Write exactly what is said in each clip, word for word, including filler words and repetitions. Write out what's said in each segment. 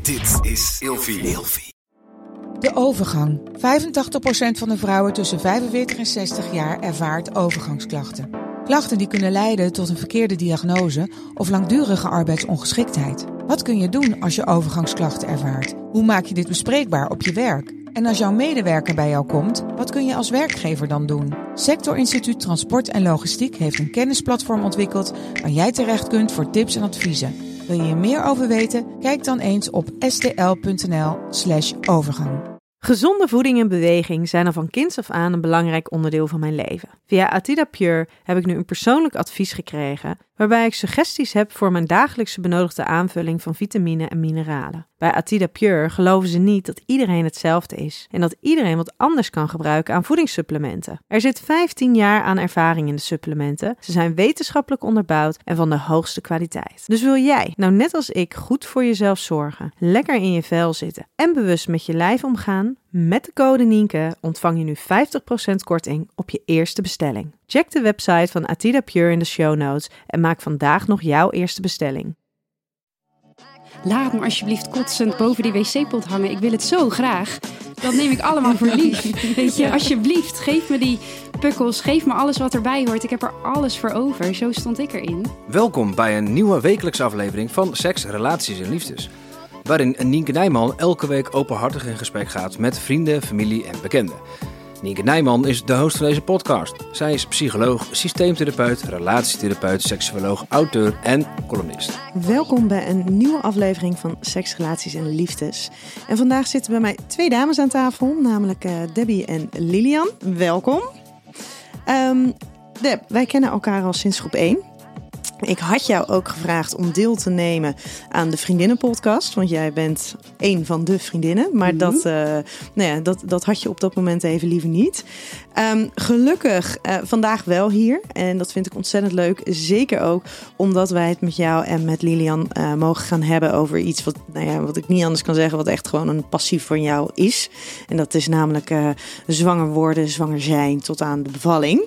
Dit is Ilfie. De overgang. vijfentachtig procent van de vrouwen tussen vijfenveertig en zestig jaar ervaart overgangsklachten. Klachten die kunnen leiden tot een verkeerde diagnose of langdurige arbeidsongeschiktheid. Wat kun je doen als je overgangsklachten ervaart? Hoe maak je dit bespreekbaar op je werk? En als jouw medewerker bij jou komt, wat kun je als werkgever dan doen? Sector Instituut Transport en Logistiek heeft een kennisplatform ontwikkeld waar jij terecht kunt voor tips en adviezen. Wil je hier meer over weten? Kijk dan eens op stl.nl slash overgang. Gezonde voeding en beweging zijn al van kinds af aan een belangrijk onderdeel van mijn leven. Via Atida Pure heb ik nu een persoonlijk advies gekregen waarbij ik suggesties heb voor mijn dagelijkse benodigde aanvulling van vitamine en mineralen. Bij Atida Pure geloven ze niet dat iedereen hetzelfde is en dat iedereen wat anders kan gebruiken aan voedingssupplementen. Er zit vijftien jaar aan ervaring in de supplementen. Ze zijn wetenschappelijk onderbouwd en van de hoogste kwaliteit. Dus wil jij, nou net als ik, goed voor jezelf zorgen, lekker in je vel zitten en bewust met je lijf omgaan? Met de code Nienke ontvang je nu vijftig procent korting op je eerste bestelling. Check de website van Atida Pure in de show notes en maak vandaag nog jouw eerste bestelling. Laat me alsjeblieft kotsend boven die wc-pot hangen. Ik wil het zo graag. Dat neem ik allemaal voor lief. Weet je, alsjeblieft, geef me die pukkels. Geef me alles wat erbij hoort. Ik heb er alles voor over. Zo stond ik erin. Welkom bij een nieuwe wekelijkse aflevering van Seks, Relaties en Liefdes. Waarin Nienke Nijman elke week openhartig in gesprek gaat met vrienden, familie en bekenden. Nienke Nijman is de host van deze podcast. Zij is psycholoog, systeemtherapeut, relatietherapeut, seksuoloog, auteur en columnist. Welkom bij een nieuwe aflevering van Seks, Relaties en Liefdes. En vandaag zitten bij mij twee dames aan tafel, namelijk uh, Debbie en Lilian. Welkom. Um, Deb, wij kennen elkaar al sinds groep één. Ik had jou ook gevraagd om deel te nemen aan de Vriendinnenpodcast. Want jij bent één van de vriendinnen. Maar mm-hmm. dat, uh, nou ja, dat, dat had je op dat moment even liever niet. Um, gelukkig uh, vandaag wel hier. En dat vind ik ontzettend leuk. Zeker ook omdat wij het met jou en met Lilian uh, mogen gaan hebben over iets wat, nou ja, wat ik niet anders kan zeggen. Wat echt gewoon een passie van jou is. En dat is namelijk uh, zwanger worden, zwanger zijn tot aan de bevalling.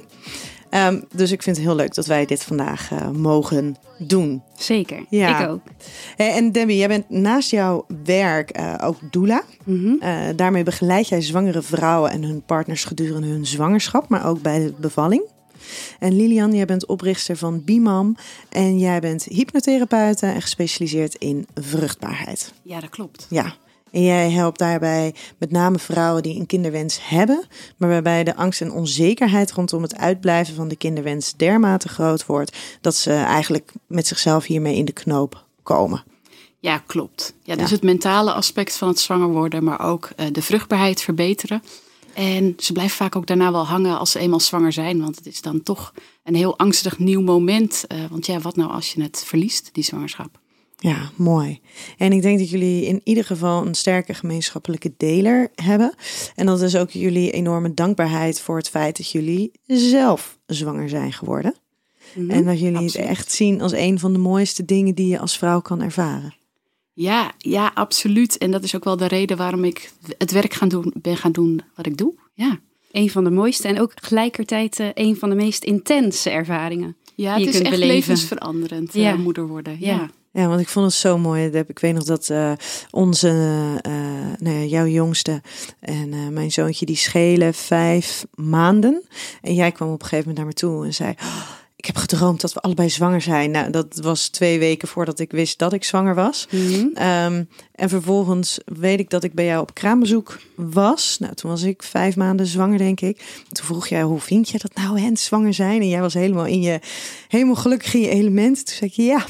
Um, dus ik vind het heel leuk dat wij dit vandaag uh, mogen doen. Zeker, ja. Ik ook. Hey, en Debbie, jij bent naast jouw werk uh, ook doula. Mm-hmm. Uh, daarmee begeleid jij zwangere vrouwen en hun partners gedurende hun zwangerschap, maar ook bij de bevalling. En Lilian, jij bent oprichter van Bimam en jij bent hypnotherapeute en gespecialiseerd in vruchtbaarheid. Ja, dat klopt. Ja. En jij helpt daarbij met name vrouwen die een kinderwens hebben, maar waarbij de angst en onzekerheid rondom het uitblijven van de kinderwens dermate groot wordt, dat ze eigenlijk met zichzelf hiermee in de knoop komen. Ja, klopt. Ja, dus ja. het mentale aspect van het zwanger worden, maar ook uh, de vruchtbaarheid verbeteren. En ze blijven vaak ook daarna wel hangen als ze eenmaal zwanger zijn, want het is dan toch een heel angstig nieuw moment. Uh, want ja, wat nou als je het verliest, die zwangerschap? Ja, mooi. En ik denk dat jullie in ieder geval een sterke gemeenschappelijke deler hebben. En dat is ook jullie enorme dankbaarheid voor het feit dat jullie zelf zwanger zijn geworden. Mm-hmm, en dat jullie absoluut. Het echt zien als een van de mooiste dingen die je als vrouw kan ervaren. Ja, ja, absoluut. En dat is ook wel de reden waarom ik het werk gaan doen, ben gaan doen wat ik doe. Ja. Een van de mooiste en ook tegelijkertijd uh, een van de meest intense ervaringen. Ja, die het je is kunt echt beleven. levensveranderend uh, ja. moeder worden. Ja. Ja. Ja, want ik vond het zo mooi. Ik weet nog dat uh, onze, uh, nou ja, jouw jongste en uh, mijn zoontje, die schelen vijf maanden. En jij kwam op een gegeven moment naar me toe en zei, oh, ik heb gedroomd dat we allebei zwanger zijn. Nou, dat was twee weken voordat ik wist dat ik zwanger was. Mm-hmm. Um, en vervolgens weet ik dat ik bij jou op kraambezoek was. Nou, toen was ik vijf maanden zwanger, denk ik. Toen vroeg jij, hoe vind je dat nou, hè, zwanger zijn? En jij was helemaal in je, helemaal gelukkig in je element. Toen zei ik, ja...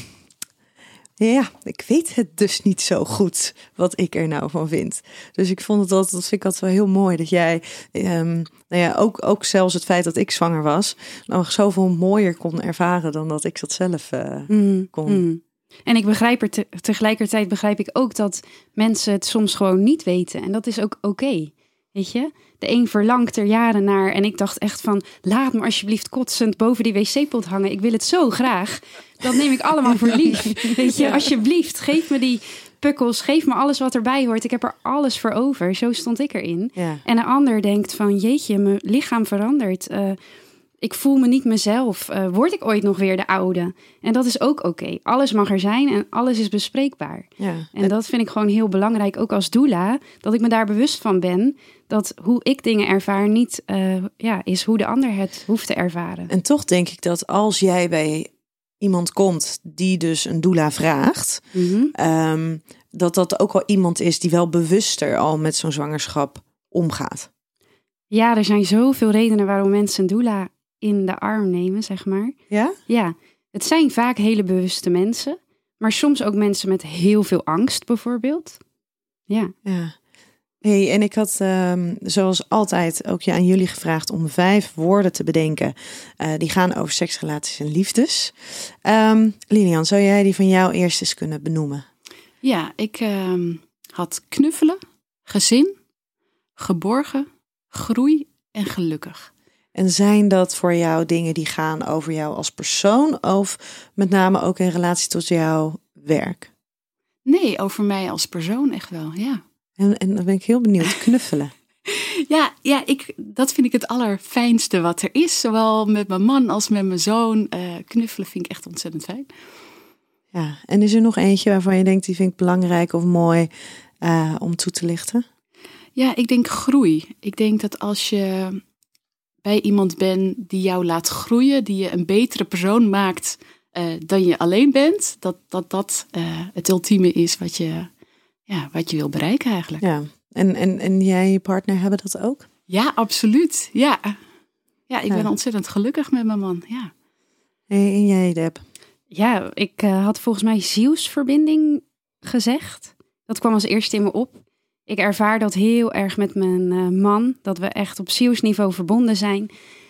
Ja, ik weet het dus niet zo goed wat ik er nou van vind. Dus ik vond het altijd, dat vind ik altijd wel heel mooi dat jij, um, nou ja, ook, ook zelfs het feit dat ik zwanger was, nog zoveel mooier kon ervaren dan dat ik dat zelf uh, mm, kon. Mm. En ik begrijp er te, tegelijkertijd begrijp ik ook dat mensen het soms gewoon niet weten. En dat is ook oké, okay, weet je? De een verlangt er jaren naar en ik dacht echt van, laat me alsjeblieft kotsend boven die wc-pot hangen. Ik wil het zo graag. Dat neem ik allemaal voor lief. Weet je, alsjeblieft, geef me die pukkels, geef me alles wat erbij hoort. Ik heb er alles voor over. Zo stond ik erin. Ja. En een ander denkt van, jeetje, mijn lichaam verandert. Uh, ik voel me niet mezelf. Uh, word ik ooit nog weer de oude? En dat is ook oké. Okay. Alles mag er zijn en alles is bespreekbaar. Ja. En dat vind ik gewoon heel belangrijk, ook als doula, dat ik me daar bewust van ben, dat hoe ik dingen ervaar niet uh, ja, is hoe de ander het hoeft te ervaren. En toch denk ik dat als jij bij iemand komt die dus een doula vraagt, Mm-hmm. um, dat dat ook wel iemand is die wel bewuster al met zo'n zwangerschap omgaat. Ja, er zijn zoveel redenen waarom mensen een doula in de arm nemen, zeg maar. Ja? Ja, het zijn vaak hele bewuste mensen, maar soms ook mensen met heel veel angst bijvoorbeeld. Ja. Ja. Hey, en ik had um, zoals altijd ook je aan jullie gevraagd om vijf woorden te bedenken. Uh, die gaan over seks, relaties en liefdes. Um, Lilian, zou jij die van jou eerst eens kunnen benoemen? Ja, ik uh, had knuffelen, gezin, geborgen, groei en gelukkig. En zijn dat voor jou dingen die gaan over jou als persoon of met name ook in relatie tot jouw werk? Nee, over mij als persoon echt wel, ja. En, en dan ben ik heel benieuwd, knuffelen. ja, ja ik, dat vind ik het allerfijnste wat er is. Zowel met mijn man als met mijn zoon. Uh, knuffelen vind ik echt ontzettend fijn. Ja, en is er nog eentje waarvan je denkt, die vind ik belangrijk of mooi uh, om toe te lichten? Ja, ik denk groei. Ik denk dat als je bij iemand bent die jou laat groeien, die je een betere persoon maakt uh, dan je alleen bent, dat dat, dat uh, het ultieme is wat je, ja, wat je wil bereiken eigenlijk. Ja, en, en, en jij en je partner hebben dat ook? Ja, absoluut. Ja, ja ik ja. ben ontzettend gelukkig met mijn man. Ja. Hey, en jij, Deb? Ja, ik uh, had volgens mij zielsverbinding gezegd. Dat kwam als eerste in me op. Ik ervaar dat heel erg met mijn uh, man, dat we echt op zielsniveau verbonden zijn.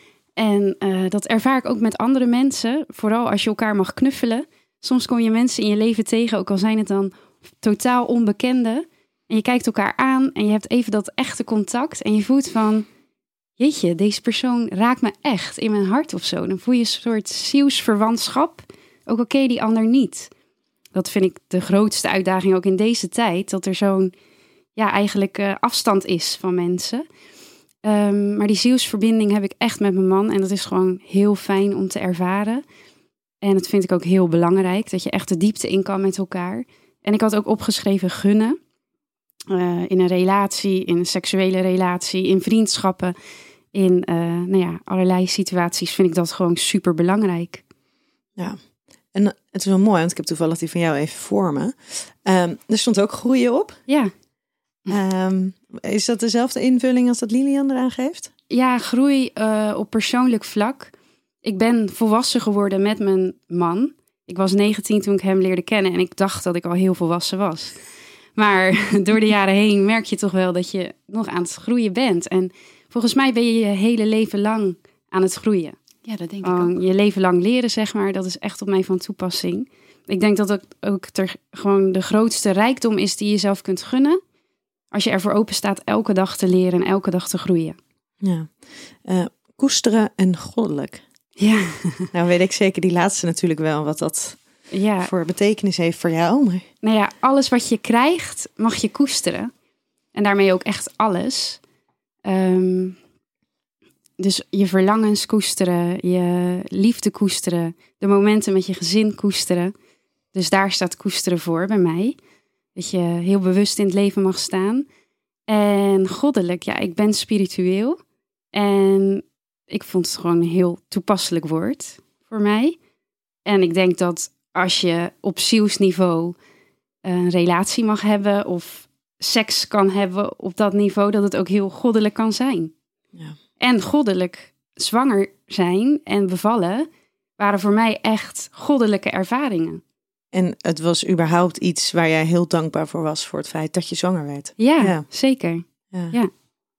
En uh, dat ervaar ik ook met andere mensen, vooral als je elkaar mag knuffelen. Soms kom je mensen in je leven tegen, ook al zijn het dan totaal onbekende. En je kijkt elkaar aan en je hebt even dat echte contact. En je voelt van, jeetje, deze persoon raakt me echt in mijn hart of zo. Dan voel je een soort zielsverwantschap, ook al ken je die ander niet. Dat vind ik de grootste uitdaging ook in deze tijd, dat er zo'n ja, eigenlijk uh, afstand is van mensen. Um, maar die zielsverbinding heb ik echt met mijn man. En dat is gewoon heel fijn om te ervaren. En dat vind ik ook heel belangrijk. Dat je echt de diepte in kan met elkaar. En ik had ook opgeschreven gunnen. Uh, in een relatie, in een seksuele relatie, in vriendschappen. In uh, nou ja, allerlei situaties vind ik dat gewoon super belangrijk. Ja, en het is wel mooi, want ik heb toevallig die van jou even voor me. Um, er stond ook groeien op. Ja. Um, is dat dezelfde invulling als dat Lilian eraan geeft? Ja, groei uh, op persoonlijk vlak. Ik ben volwassen geworden met mijn man. Ik was negentien toen ik hem leerde kennen en ik dacht dat ik al heel volwassen was. Maar door de jaren heen merk je toch wel dat je nog aan het groeien bent. En volgens mij ben je je hele leven lang aan het groeien. Ja, dat denk ik um, ook. Je leven lang leren, zeg maar, dat is echt op mij van toepassing. Ik denk dat het ook ter, gewoon de grootste rijkdom is die je zelf kunt gunnen. Als je ervoor open staat elke dag te leren en elke dag te groeien. Ja, uh, koesteren en goddelijk. Ja. Nou weet ik zeker die laatste natuurlijk wel wat dat ja. voor betekenis heeft voor jou. Maar... Nou ja, alles wat je krijgt mag je koesteren. En daarmee ook echt alles. Um, dus je verlangens koesteren, je liefde koesteren, de momenten met je gezin koesteren. Dus daar staat koesteren voor bij mij. Dat je heel bewust in het leven mag staan. En goddelijk, ja, ik ben spiritueel. En ik vond het gewoon een heel toepasselijk woord voor mij. En ik denk dat als je op zielsniveau een relatie mag hebben of seks kan hebben op dat niveau, dat het ook heel goddelijk kan zijn. Ja. En goddelijk zwanger zijn en bevallen waren voor mij echt goddelijke ervaringen. En het was überhaupt iets waar jij heel dankbaar voor was, voor het feit dat je zwanger werd. Ja, ja. zeker. Ja. Ja.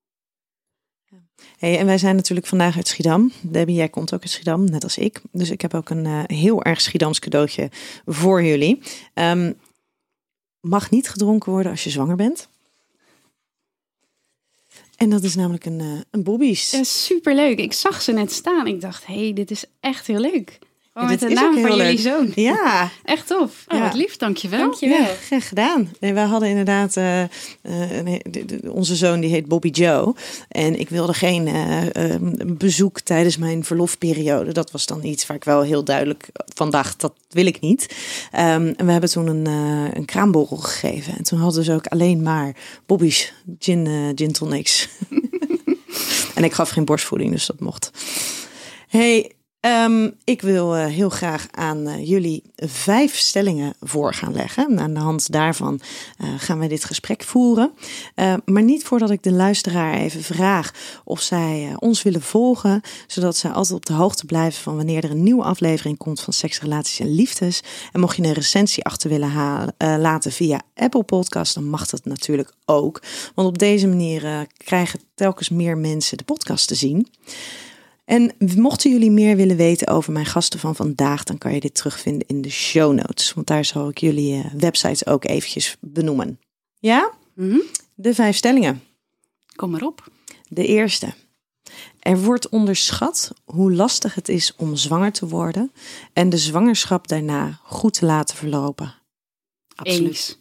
Hey, en wij zijn natuurlijk vandaag uit Schiedam. Debbie, jij komt ook uit Schiedam, net als ik. Dus ik heb ook een uh, heel erg Schiedams cadeautje voor jullie. Um, mag niet gedronken worden als je zwanger bent. En dat is namelijk een, uh, een bobby's. Ja, superleuk. Ik zag ze net staan. Ik dacht, hé, hey, dit is echt heel leuk. Gewoon Ja, met dit de is naam ook van heel jullie leuk. zoon. Ja, Echt tof. Oh, Ja. wat lief, dankjewel. Dankjewel. ja, graag gedaan. Nee, wij hadden inderdaad, uh, uh, nee, de, de, onze zoon die heet Bobby Joe. En ik wilde geen uh, uh, bezoek tijdens mijn verlofperiode. Dat was dan iets waar ik wel heel duidelijk van dacht, dat wil ik niet. Um, en we hebben toen een, uh, een kraamborrel gegeven. En toen hadden ze ook alleen maar Bobby's gin, uh, gin tonics. En ik gaf geen borstvoeding, dus dat mocht. Hey, um, ik wil uh, heel graag aan uh, jullie vijf stellingen voor gaan leggen. En aan de hand daarvan uh, gaan wij dit gesprek voeren. Uh, maar niet voordat ik de luisteraar even vraag of zij uh, ons willen volgen, zodat zij altijd op de hoogte blijven van wanneer er een nieuwe aflevering komt van Seks, Relaties en Liefdes. En mocht je een recensie achter willen halen, uh, laten via Apple Podcast, dan mag dat natuurlijk ook. Want op deze manier uh, krijgen telkens meer mensen de podcast te zien. En mochten jullie meer willen weten over mijn gasten van vandaag, dan kan je dit terugvinden in de show notes. Want daar zal ik jullie uh, websites ook eventjes benoemen. Ja? Mm-hmm. De vijf stellingen. Kom maar op. De eerste. Er wordt onderschat hoe lastig het is om zwanger te worden en de zwangerschap daarna goed te laten verlopen. Absoluut. Eens.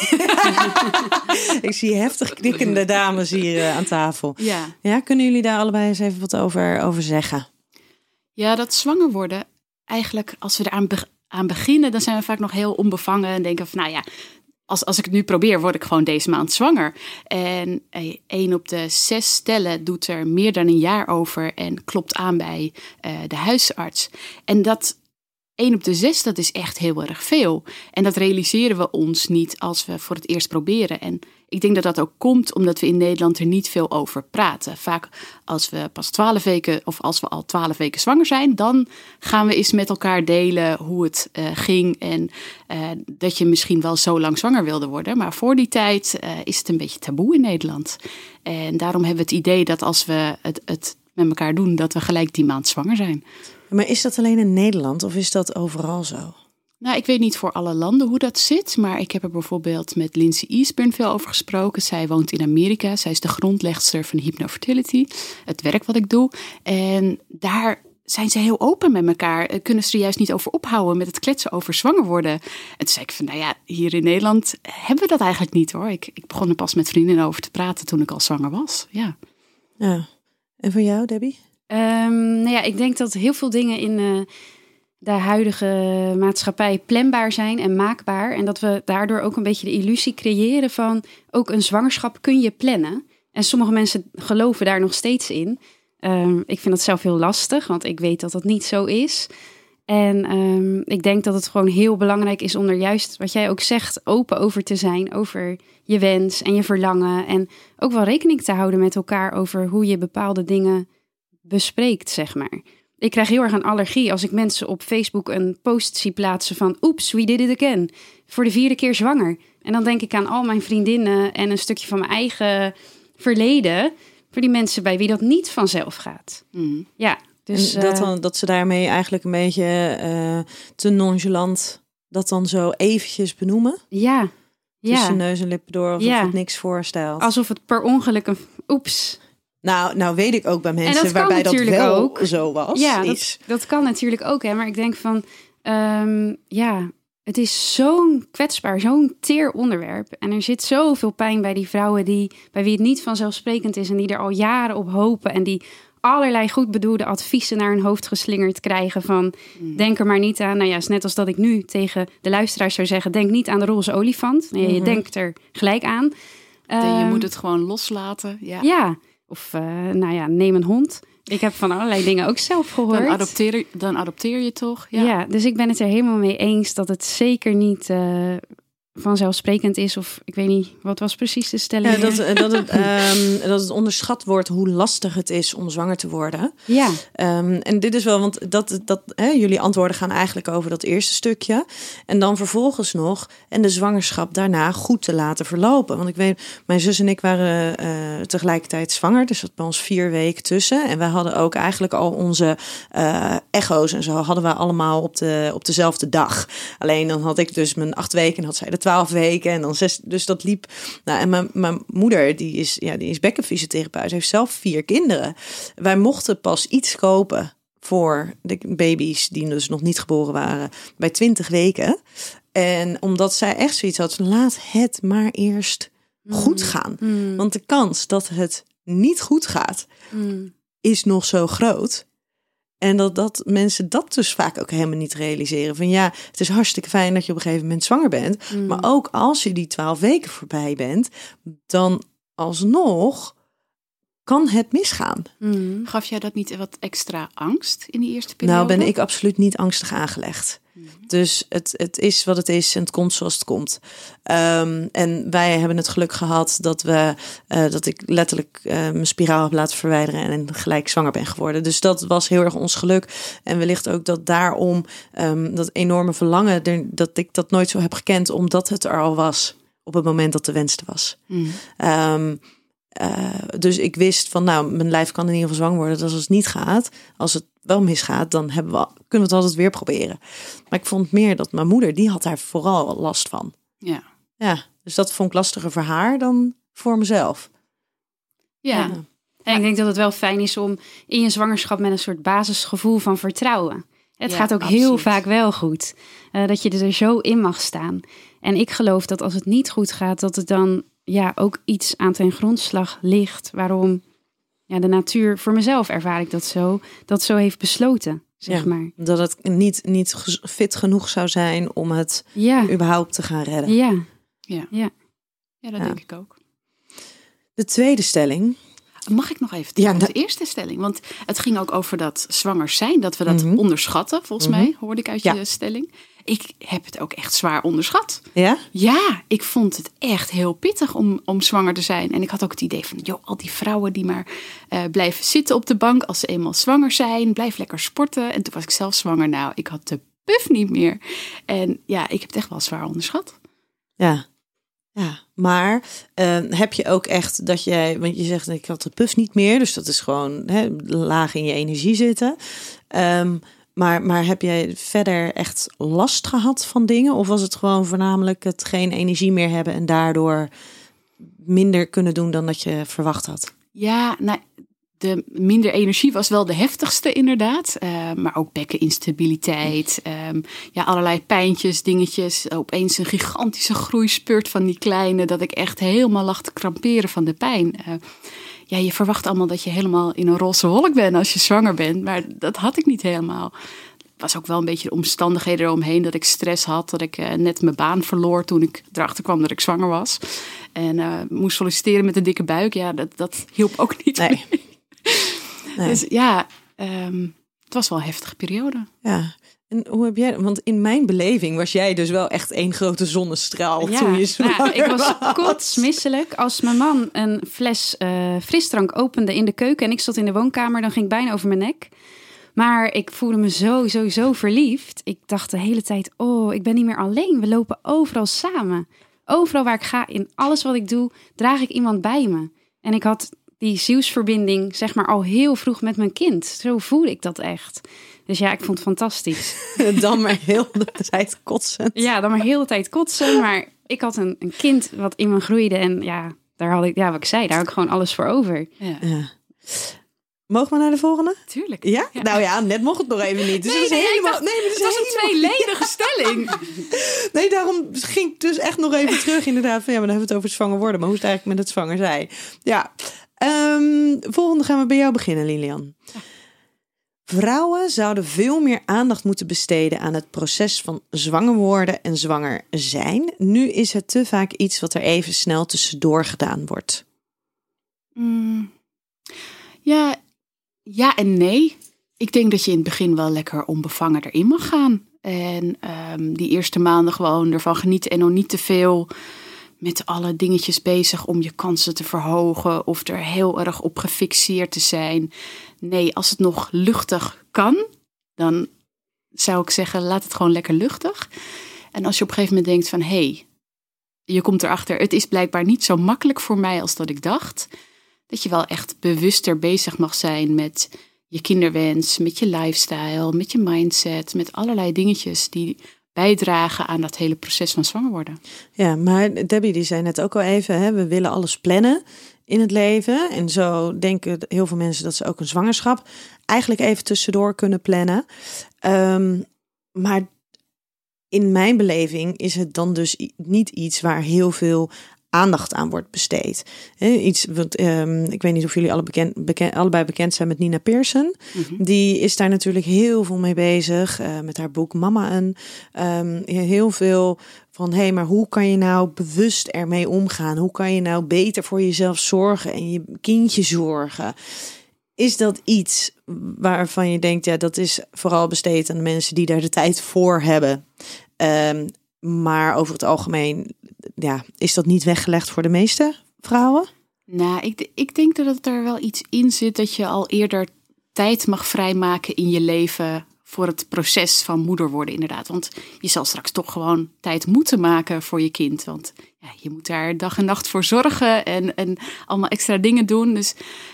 Ik zie heftig knikkende dames hier uh, aan tafel. Ja. Ja, kunnen jullie daar allebei eens even wat over, over zeggen? Ja, dat zwanger worden, eigenlijk als we eraan be- aan beginnen, dan zijn we vaak nog heel onbevangen en denken van, nou ja, als, als ik het nu probeer, word ik gewoon deze maand zwanger. En eh, één op de zes stellen doet er meer dan een jaar over en klopt aan bij uh, de huisarts. En dat één op de zes, dat is echt heel erg veel. En dat realiseren we ons niet als we voor het eerst proberen. En ik denk dat dat ook komt omdat we in Nederland er niet veel over praten. Vaak als we pas twaalf weken of als we al twaalf weken zwanger zijn, dan gaan we eens met elkaar delen hoe het uh, ging. En uh, dat je misschien wel zo lang zwanger wilde worden. Maar voor die tijd uh, is het een beetje taboe in Nederland. En daarom hebben we het idee dat als we het, het met elkaar doen, dat we gelijk die maand zwanger zijn. Maar is dat alleen in Nederland of is dat overal zo? Nou, ik weet niet voor alle landen hoe dat zit, maar ik heb er bijvoorbeeld met Lindsay Eastburn veel over gesproken. Zij woont in Amerika, zij is de grondlegster van Hypnofertility, het werk wat ik doe. En daar zijn ze heel open met elkaar, kunnen ze er juist niet over ophouden met het kletsen over zwanger worden. En toen zei ik van, nou ja, hier in Nederland hebben we dat eigenlijk niet hoor. Ik, ik begon er pas met vriendinnen over te praten toen ik al zwanger was, ja. Ja. En voor jou, Debbie? Um, nou ja, ik denk dat heel veel dingen in uh, de huidige maatschappij planbaar zijn en maakbaar. En dat we daardoor ook een beetje de illusie creëren van ook een zwangerschap kun je plannen. En sommige mensen geloven daar nog steeds in. Um, ik vind dat zelf heel lastig, want ik weet dat dat niet zo is. En um, ik denk dat het gewoon heel belangrijk is om er juist, wat jij ook zegt, open over te zijn. Over je wens en je verlangen. En ook wel rekening te houden met elkaar over hoe je bepaalde dingen bespreekt, zeg maar. Ik krijg heel erg een allergie als ik mensen op Facebook een post zie plaatsen van oeps, we did it again. Voor de vierde keer zwanger. En dan denk ik aan al mijn vriendinnen en een stukje van mijn eigen verleden. Voor die mensen bij wie dat niet vanzelf gaat. Mm. Ja, dus en dat, uh, dan, dat ze daarmee eigenlijk een beetje uh, te nonchalant dat dan zo eventjes benoemen. Ja. Tussen ja. neus en lippen door, alsof ja. het niks voorstelt. Alsof het per ongeluk een oeps. Nou, nou weet ik ook bij mensen dat waarbij dat wel ook. zo was. Ja, is. dat, dat kan natuurlijk ook. Hè? Maar ik denk van, um, ja, het is zo'n kwetsbaar, zo'n teer onderwerp. En er zit zoveel pijn bij die vrouwen die, bij wie het niet vanzelfsprekend is en die er al jaren op hopen en die allerlei goed bedoelde adviezen naar hun hoofd geslingerd krijgen van mm. denk er maar niet aan. Nou ja, is net als dat ik nu tegen de luisteraars zou zeggen, denk niet aan de roze olifant. Nee, mm-hmm. Je denkt er gelijk aan. Uh, je moet het gewoon loslaten. Ja. Ja. Of, uh, nou ja, neem een hond. Ik heb van allerlei dingen ook zelf gehoord. Dan adopteer, dan adopteer je toch? Ja. ja, dus ik ben het er helemaal mee eens dat het zeker niet uh, vanzelfsprekend is. Of ik weet niet, wat was precies de stelling? Ja, dat, dat, het, um, dat het onderschat wordt hoe lastig het is om zwanger te worden. Ja. Um, en dit is wel, want dat, dat, hè, jullie antwoorden gaan eigenlijk over dat eerste stukje. En dan vervolgens nog, en de zwangerschap daarna goed te laten verlopen. Want ik weet, mijn zus en ik waren uh, tegelijkertijd zwanger. Dus dat bij ons vier weken tussen. En wij hadden ook eigenlijk al onze uh, echo's en zo hadden we allemaal op, de, op dezelfde dag. Alleen dan had ik dus mijn acht weken en had zij de twaalf weken en dan zes. Dus dat liep. Nou, en mijn, mijn moeder, die is, ja, die is bekkenfysiotherapeut, heeft zelf vier kinderen. Wij mochten pas iets kopen voor de baby's die dus nog niet geboren waren bij twintig weken. En omdat zij echt zoiets had van laat het maar eerst goed gaan. Mm. Want de kans dat het niet goed gaat Mm. is nog zo groot. En dat, dat mensen dat dus vaak ook helemaal niet realiseren. Van ja, het is hartstikke fijn dat je op een gegeven moment zwanger bent. Mm. Maar ook als je die twaalf weken voorbij bent, dan alsnog kan het misgaan. Mm. Gaf jij dat niet wat extra angst in die eerste periode? Nou ben ik absoluut niet angstig aangelegd. Dus het, het is wat het is en het komt zoals het komt. Um, en wij hebben het geluk gehad dat we uh, dat ik letterlijk uh, mijn spiraal heb laten verwijderen en gelijk zwanger ben geworden. Dus dat was heel erg ons geluk. En wellicht ook dat daarom um, dat enorme verlangen, er, dat ik dat nooit zo heb gekend, omdat het er al was op het moment dat de wens er was. Mm. Um, Uh, dus ik wist van, nou, mijn lijf kan in ieder geval zwanger worden. Dus als het niet gaat, als het wel misgaat, dan hebben we, kunnen we het altijd weer proberen. Maar ik vond meer dat mijn moeder, die had daar vooral last van. Ja. Ja, dus dat vond ik lastiger voor haar dan voor mezelf. Ja. Ja. En ik denk dat het wel fijn is om in je zwangerschap met een soort basisgevoel van vertrouwen. Het Ja, gaat ook absoluut. heel vaak wel goed. Uh, dat je er zo in mag staan. En ik geloof dat als het niet goed gaat, dat het dan ja ook iets aan ten grondslag ligt. Waarom ja, de natuur, voor mezelf ervaar ik dat zo, dat zo heeft besloten, zeg Ja, maar. Dat het niet, niet ges- fit genoeg zou zijn om het Ja, überhaupt te gaan redden. ja, Ja. ja. Ja, dat Ja. denk ik ook. De tweede stelling. Mag ik nog even Ja, terug op dat- de eerste stelling? Want het ging ook over dat zwanger zijn, dat we dat Mhm. onderschatten, volgens Mhm. mij, hoorde ik uit Ja. je stelling. Ik heb het ook echt zwaar onderschat. Ja? Ja, ik vond het echt heel pittig om, om zwanger te zijn. En ik had ook het idee van, joh, al die vrouwen die maar uh, blijven zitten op de bank als ze eenmaal zwanger zijn, blijf lekker sporten. En toen was ik zelf zwanger. Nou, ik had de puf niet meer. En ja, ik heb het echt wel zwaar onderschat. Ja. Ja, maar uh, heb je ook echt dat jij, want je zegt ik had de puff niet meer, dus dat is gewoon hè, laag in je energie zitten. Um, maar, maar heb jij verder echt last gehad van dingen? Of was het gewoon voornamelijk het geen energie meer hebben en daardoor minder kunnen doen dan dat je verwacht had? Ja, nou, de minder energie was wel de heftigste inderdaad. Uh, maar ook bekkeninstabiliteit. Um, ja, allerlei pijntjes, dingetjes. Opeens een gigantische groeispurt van die kleine. Dat ik echt helemaal lag te kramperen van de pijn. Uh, ja, je verwacht allemaal dat je helemaal in een roze wolk bent als je zwanger bent. Maar dat had ik niet helemaal. Het was ook wel een beetje de omstandigheden eromheen. Dat ik stress had. Dat ik uh, net mijn baan verloor toen ik erachter kwam dat ik zwanger was. En uh, moest solliciteren met een dikke buik. Ja, dat, dat hielp ook niet. Nee. Nee. Dus ja, um, het was wel een heftige periode. Ja, en hoe heb jij, want in mijn beleving was jij dus wel echt één grote zonnestraal Ja, toen je zwanger nou, ik was was. kotsmisselijk. Als mijn man een fles uh, frisdrank opende in de keuken en ik zat in de woonkamer, dan ging ik bijna over mijn nek. Maar ik voelde me zo, zo, zo verliefd. Ik dacht de hele tijd, oh, ik ben niet meer alleen. We lopen overal samen. Overal waar ik ga, in alles wat ik doe, draag ik iemand bij me. En ik had die zielsverbinding, zeg maar, al heel vroeg met mijn kind. Zo voelde ik dat echt. Dus ja, ik vond het fantastisch. Dan maar heel de tijd kotsen. Ja, dan maar heel de tijd kotsen. Maar ik had een, een kind wat in me groeide. En ja, daar had ik, ja, wat ik zei, daar had ik gewoon alles voor over. Ja, Ja. Mogen we naar de volgende? tuurlijk. Ja? Ja. Nou ja, net mocht het nog even niet. Dus Nee, het is nee, ik helemaal, dacht, nee, maar het Het is was een helemaal- tweeledige stelling. Nee, daarom ging ik dus echt nog even terug inderdaad. Van, ja, maar dan hebben we het over het zwanger worden. Maar hoe is het eigenlijk met het zwanger zijn? Ja. Um, volgende gaan we bij jou beginnen, Lilian. Ja. Vrouwen zouden veel meer aandacht moeten besteden aan het proces van zwanger worden en zwanger zijn. Nu is het te vaak iets wat er even snel tussendoor gedaan wordt. Mm. Ja, ja en nee. Ik denk dat je in het begin wel lekker onbevangen erin mag gaan. En um, die eerste maanden gewoon ervan genieten en nog niet te veel met alle dingetjes bezig om je kansen te verhogen of er heel erg op gefixeerd te zijn. Nee, als het nog luchtig kan, dan zou ik zeggen, laat het gewoon lekker luchtig. En als je op een gegeven moment denkt van, hé, hey, je komt erachter, het is blijkbaar niet zo makkelijk voor mij als dat ik dacht. Dat je wel echt bewuster bezig mag zijn met je kinderwens, met je lifestyle, met je mindset, met allerlei dingetjes die bijdragen aan dat hele proces van zwanger worden. Ja, maar Debbie die zei net ook al even, hè, we willen alles plannen. in het leven. En zo denken heel veel mensen dat ze ook een zwangerschap eigenlijk even tussendoor kunnen plannen. Um, maar in mijn beleving is het dan dus niet iets waar heel veel aandacht aan wordt besteed. He, iets wat um, ik weet niet of jullie alle bekend, bekend, allebei bekend zijn met Nina Pearson. Mm-hmm. Die is daar natuurlijk heel veel mee bezig uh, met haar boek Mama en um, heel veel van hé, hey, maar hoe kan je nou bewust ermee omgaan? Hoe kan je nou beter voor jezelf zorgen en je kindje zorgen? Is dat iets waarvan je denkt, ja, dat is vooral besteed aan de mensen die daar de tijd voor hebben? Um, maar over het algemeen, ja, is dat niet weggelegd voor de meeste vrouwen? Nou, ik, ik denk dat er wel iets in zit dat je al eerder tijd mag vrijmaken in je leven voor het proces van moeder worden, inderdaad. Want je zal straks toch gewoon tijd moeten maken voor je kind. Want ja, je moet daar dag en nacht voor zorgen en, en allemaal extra dingen doen. Dus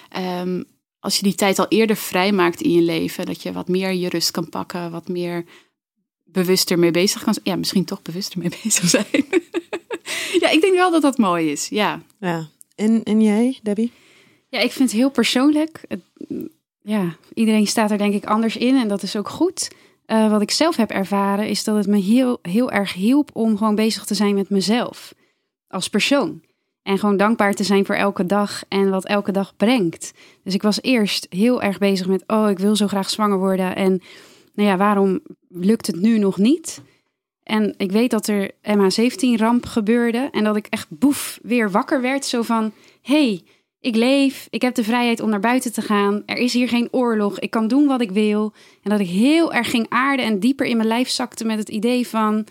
um, als je die tijd al eerder vrijmaakt in je leven, dat je wat meer je rust kan pakken, wat meer bewuster mee bezig kan zijn. Ja, misschien toch bewuster mee bezig zijn. Ja, ik denk wel dat dat mooi is, ja. Ja. En, en jij, Debbie? Ja, ik vind het heel persoonlijk. Het, ja, iedereen staat er denk ik anders in en dat is ook goed. Uh, wat ik zelf heb ervaren is dat het me heel, heel erg hielp om gewoon bezig te zijn met mezelf. Als persoon. En gewoon dankbaar te zijn voor elke dag en wat elke dag brengt. Dus ik was eerst heel erg bezig met, oh, ik wil zo graag zwanger worden. En nou ja, waarom lukt het nu nog niet? En ik weet dat er M H zeventien ramp gebeurde en dat ik echt boef weer wakker werd. Zo van, hey, ik leef, ik heb de vrijheid om naar buiten te gaan. Er is hier geen oorlog, ik kan doen wat ik wil. En dat ik heel erg ging aarden en dieper in mijn lijf zakte met het idee van,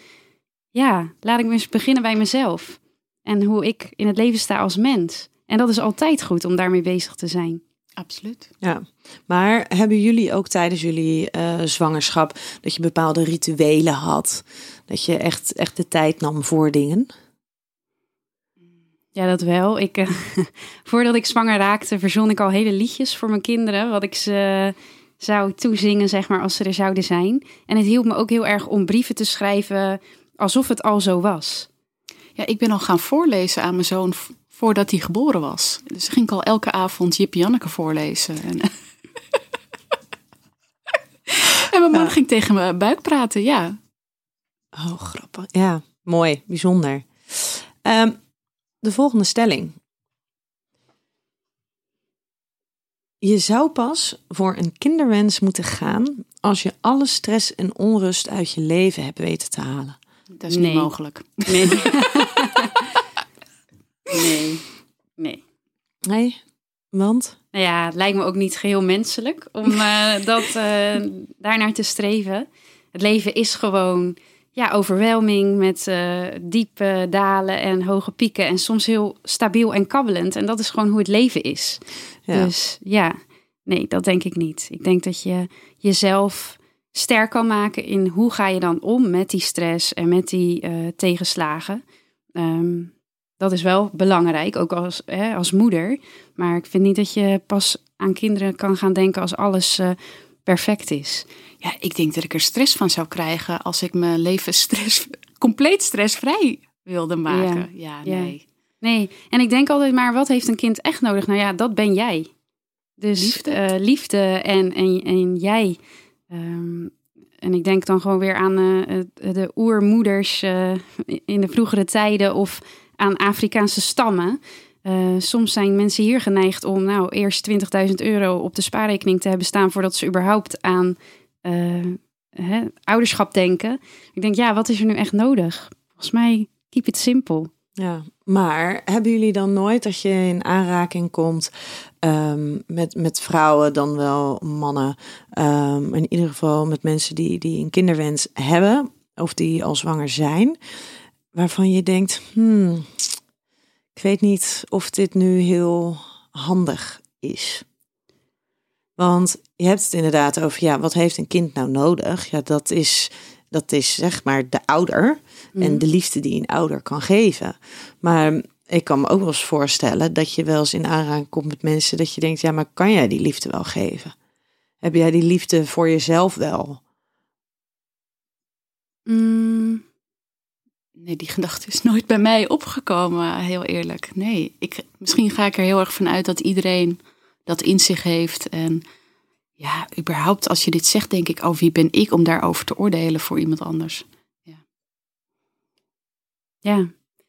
ja, laat ik eens beginnen bij mezelf. En hoe ik in het leven sta als mens. En dat is altijd goed om daarmee bezig te zijn. Absoluut. Ja, maar hebben jullie ook tijdens jullie uh, zwangerschap dat je bepaalde rituelen had? Dat je echt, echt de tijd nam voor dingen? Ja, dat wel. Ik, uh, voordat ik zwanger raakte, verzon ik al hele liedjes voor mijn kinderen. Wat ik ze zou toezingen, zeg maar, als ze er zouden zijn. En het hielp me ook heel erg om brieven te schrijven alsof het al zo was. Ja, ik ben al gaan voorlezen aan mijn zoon voordat hij geboren was. Dus ging ik al elke avond Jip Janneke voorlezen. En, en mijn man ja. ging tegen mijn buik praten, ja. Oh, grappig. Ja, mooi, bijzonder. Um, de volgende stelling. Je zou pas voor een kinderwens moeten gaan als je alle stress en onrust uit je leven hebt weten te halen. Dat is nee. niet mogelijk. Nee. nee. Nee. Nee? Want? Nou ja, het lijkt me ook niet geheel menselijk om uh, dat uh, daarnaar te streven. Het leven is gewoon ja, overwhelming met uh, diepe dalen en hoge pieken. En soms heel stabiel en kabbelend. En dat is gewoon hoe het leven is. Ja. Dus ja, nee, dat denk ik niet. Ik denk dat je jezelf sterk kan maken in hoe ga je dan om met die stress en met die uh, tegenslagen. Um, dat is wel belangrijk, ook als, hè, als moeder. Maar ik vind niet dat je pas aan kinderen kan gaan denken als alles uh, perfect is. Ja, ik denk dat ik er stress van zou krijgen als ik mijn leven stress, compleet stressvrij wilde maken. Ja, ja nee. Ja. Nee, en ik denk altijd maar, wat heeft een kind echt nodig? Nou ja, dat ben jij. Dus liefde, uh, liefde en, en, en jij. Um, en ik denk dan gewoon weer aan uh, de oermoeders uh, in de vroegere tijden of aan Afrikaanse stammen. Uh, soms zijn mensen hier geneigd om nou eerst twintigduizend euro op de spaarrekening te hebben staan voordat ze überhaupt aan uh, hè, ouderschap denken. Ik denk, ja, wat is er nu echt nodig? Volgens mij, keep it simple. Ja, maar hebben jullie dan nooit dat je in aanraking komt um, met, met vrouwen, dan wel mannen, um, in ieder geval met mensen die, die een kinderwens hebben of die al zwanger zijn, waarvan je denkt, hmm, ik weet niet of dit nu heel handig is. Want je hebt het inderdaad over, ja, wat heeft een kind nou nodig? Ja, dat is, dat is zeg maar de ouder mm. en de liefde die een ouder kan geven. Maar ik kan me ook wel eens voorstellen dat je wel eens in aanraking komt met mensen dat je denkt, ja, maar kan jij die liefde wel geven? Heb jij die liefde voor jezelf wel? Mm. Nee, die gedachte is nooit bij mij opgekomen, heel eerlijk. Nee, ik, misschien ga ik er heel erg van uit dat iedereen dat in zich heeft. En ja, überhaupt als je dit zegt, denk ik, oh, wie ben ik om daarover te oordelen voor iemand anders? Ja. Ja.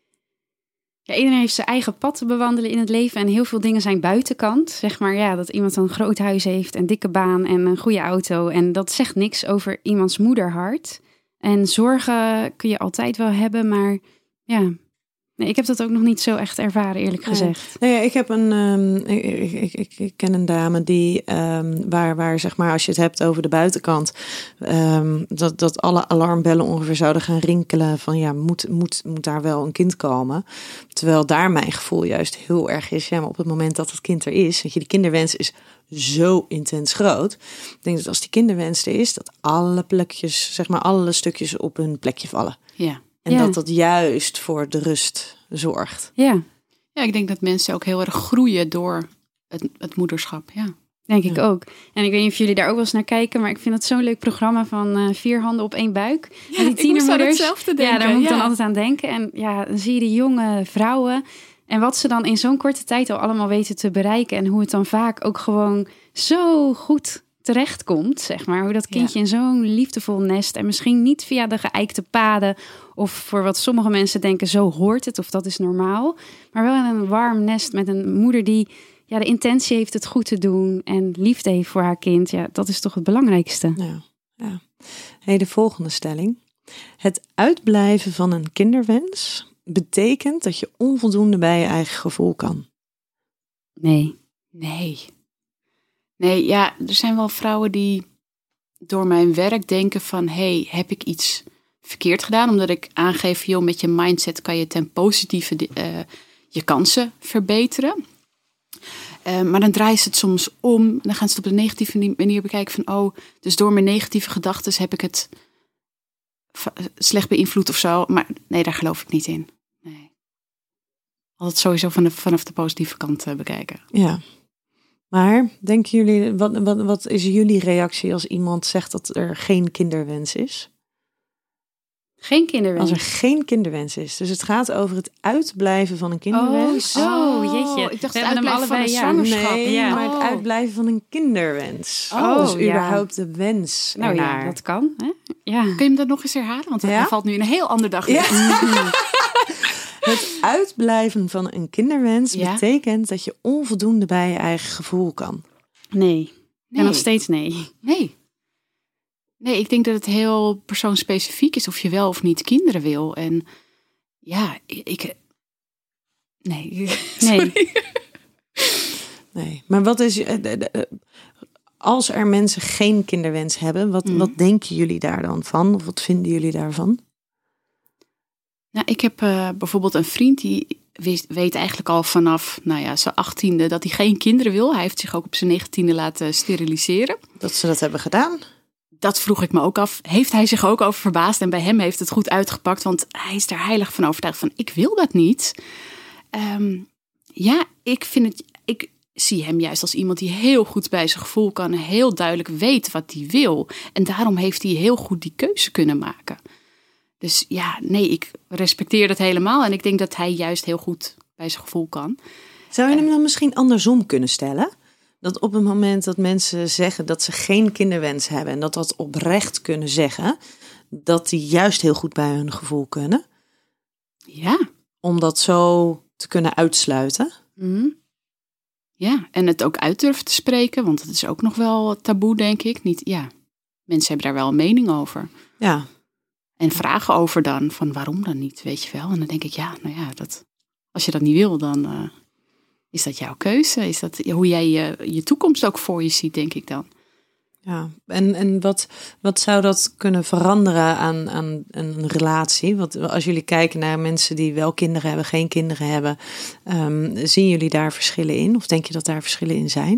Ja, iedereen heeft zijn eigen pad te bewandelen in het leven en heel veel dingen zijn buitenkant. Zeg maar ja, dat iemand een groot huis heeft, een dikke baan en een goede auto. En dat zegt niks over iemands moederhart. En zorgen kun je altijd wel hebben, maar ja, nee, ik heb dat ook nog niet zo echt ervaren, eerlijk gezegd. Nee, nee, ik heb een, um, ik, ik, ik, ik ken een dame die, um, waar, waar zeg maar, als je het hebt over de buitenkant, um, dat, dat alle alarmbellen ongeveer zouden gaan rinkelen van ja, moet, moet, moet daar wel een kind komen? Terwijl daar mijn gevoel juist heel erg is, ja, maar op het moment dat het kind er is, weet je, de kinderwens is zo intens groot. Ik denk dat als die kinderwens er is, dat alle plekjes, zeg maar, alle stukjes op hun plekje vallen. Ja. En Ja. dat dat juist voor de rust zorgt. Ja, Ja, ik denk dat mensen ook heel erg groeien door het, het moederschap. Ja. denk ik Ja. ook. En ik weet niet of jullie daar ook wel eens naar kijken, maar ik vind het zo'n leuk programma van uh, Vier handen op één buik. Ja, Met die ik moest aan tienermoeders. hetzelfde denken. Ja, daar moet ik ja. dan altijd aan denken. En ja, dan zie je die jonge vrouwen en wat ze dan in zo'n korte tijd al allemaal weten te bereiken. En hoe het dan vaak ook gewoon zo goed terechtkomt, zeg maar. Hoe dat kindje in zo'n liefdevol nest en misschien niet via de geëikte paden of voor wat sommige mensen denken, zo hoort het of dat is normaal. Maar wel in een warm nest met een moeder die ja, de intentie heeft het goed te doen en liefde heeft voor haar kind. Ja, dat is toch het belangrijkste. Ja, ja. Hey, de volgende stelling. Het uitblijven van een kinderwens betekent dat je onvoldoende bij je eigen gevoel kan. Nee. Nee. Nee, ja, er zijn wel vrouwen die door mijn werk denken van, hey, heb ik iets verkeerd gedaan? Omdat ik aangeef, joh, met je mindset kan je ten positieve uh, je kansen verbeteren. Uh, maar dan draaien ze het soms om. Dan gaan ze het op de negatieve manier bekijken van, oh, dus door mijn negatieve gedachten heb ik het slecht beïnvloed of zo. Maar nee, daar geloof ik niet in. Nee. Altijd sowieso van de, vanaf de positieve kant uh, bekijken. Ja. Maar denken jullie, wat, wat, wat is jullie reactie als iemand zegt dat er geen kinderwens is? Geen kinderwens? Als er geen kinderwens is. Dus het gaat over het uitblijven van een kinderwens. Oh, zo, jeetje. Ik dacht we het hebben hem uitblijven allebei, van ja. een zwangerschap. Nee, Ja. maar het Oh. uitblijven van een kinderwens. Oh, dus ja. überhaupt de wens Nou ernaar. ja, dat kan. Hè? Ja. Kun je hem dat nog eens herhalen? Want Ja? hij valt nu een heel ander dag. Ja. Het uitblijven van een kinderwens Ja. betekent dat je onvoldoende bij je eigen gevoel kan. Nee. Nee. En nog steeds nee. Nee. Nee, ik denk dat het heel persoonsspecifiek is of je wel of niet kinderen wil. En ja, ik... Nee. Nee. Sorry. Nee, maar wat is... eh, de- de- Als er mensen geen kinderwens hebben, wat, Mm. wat denken jullie daar dan van? Of wat vinden jullie daarvan? Nou, ik heb uh, bijvoorbeeld een vriend die wist, weet eigenlijk al vanaf nou ja, zijn achttiende dat hij geen kinderen wil. Hij heeft zich ook op zijn negentiende laten steriliseren. Dat ze dat hebben gedaan? Dat vroeg ik me ook af. Heeft hij zich ook over verbaasd? En bij hem heeft het goed uitgepakt, want hij is er heilig van overtuigd van, ik wil dat niet. Um, ja, ik vind het... Ik zie hem juist als iemand die heel goed bij zijn gevoel kan, heel duidelijk weet wat hij wil. En daarom heeft hij heel goed die keuze kunnen maken. Dus ja, nee, ik respecteer dat helemaal. En ik denk dat hij juist heel goed bij zijn gevoel kan. Zou je hem dan misschien andersom kunnen stellen? Dat op het moment dat mensen zeggen dat ze geen kinderwens hebben en dat dat oprecht kunnen zeggen, dat die juist heel goed bij hun gevoel kunnen? Ja. Om dat zo te kunnen uitsluiten? Mm-hmm. Ja, en het ook uit durven te spreken, want het is ook nog wel taboe, denk ik. Niet, ja, mensen hebben daar wel een mening over. Ja. En vragen over dan, van waarom dan niet, weet je wel. En dan denk ik, ja, nou ja, dat, als je dat niet wil, dan uh, is dat jouw keuze. Is dat hoe jij je, je toekomst ook voor je ziet, denk ik dan. Ja, en, en wat, wat zou dat kunnen veranderen aan, aan een relatie? Want als jullie kijken naar mensen die wel kinderen hebben, geen kinderen hebben, um, zien jullie daar verschillen in? Of denk je dat daar verschillen in zijn?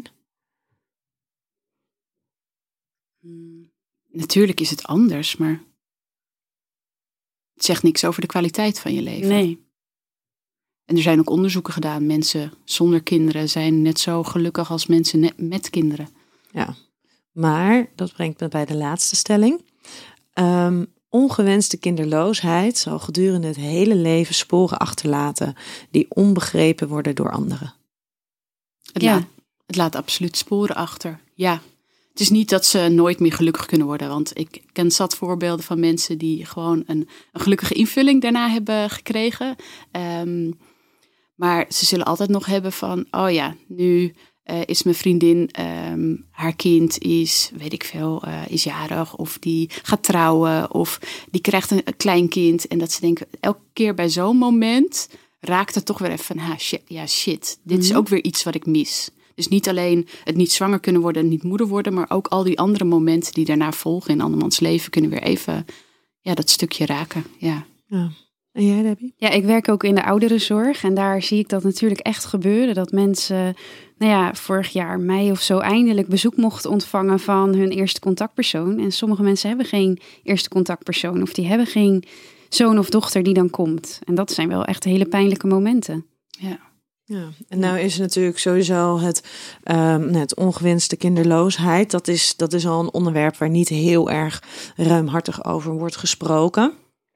Hmm, natuurlijk is het anders, maar het zegt niks over de kwaliteit van je leven. Nee. En er zijn ook onderzoeken gedaan. Mensen zonder kinderen zijn net zo gelukkig als mensen net met kinderen. Ja. Maar, dat brengt me bij de laatste stelling. Um, ongewenste kinderloosheid zal gedurende het hele leven sporen achterlaten die onbegrepen worden door anderen. Het, Ja. laat, het laat absoluut sporen achter, ja. Het is niet dat ze nooit meer gelukkig kunnen worden. Want ik ken zat voorbeelden van mensen die gewoon een, een gelukkige invulling daarna hebben gekregen. Um, maar ze zullen altijd nog hebben van, oh ja, nu uh, is mijn vriendin, um, haar kind is, weet ik veel, uh, is jarig. Of die gaat trouwen of die krijgt een, een kleinkind. En dat ze denken, elke keer bij zo'n moment raakt het toch weer even van, ha, shit, ja shit, dit is ook weer iets wat ik mis. Dus niet alleen het niet zwanger kunnen worden en niet moeder worden, maar ook al die andere momenten die daarna volgen in andermans leven kunnen weer even ja, dat stukje raken. Ja. Ja. En jij, Debbie? Ja, ik werk ook in de ouderenzorg en daar zie ik dat natuurlijk echt gebeuren. Dat mensen, nou ja, vorig jaar mei of zo eindelijk bezoek mochten ontvangen van hun eerste contactpersoon. En sommige mensen hebben geen eerste contactpersoon of die hebben geen zoon of dochter die dan komt. En dat zijn wel echt hele pijnlijke momenten. Ja. Ja, en nou is natuurlijk sowieso het, um, het ongewenste kinderloosheid. Dat is, dat is al een onderwerp waar niet heel erg ruimhartig over wordt gesproken.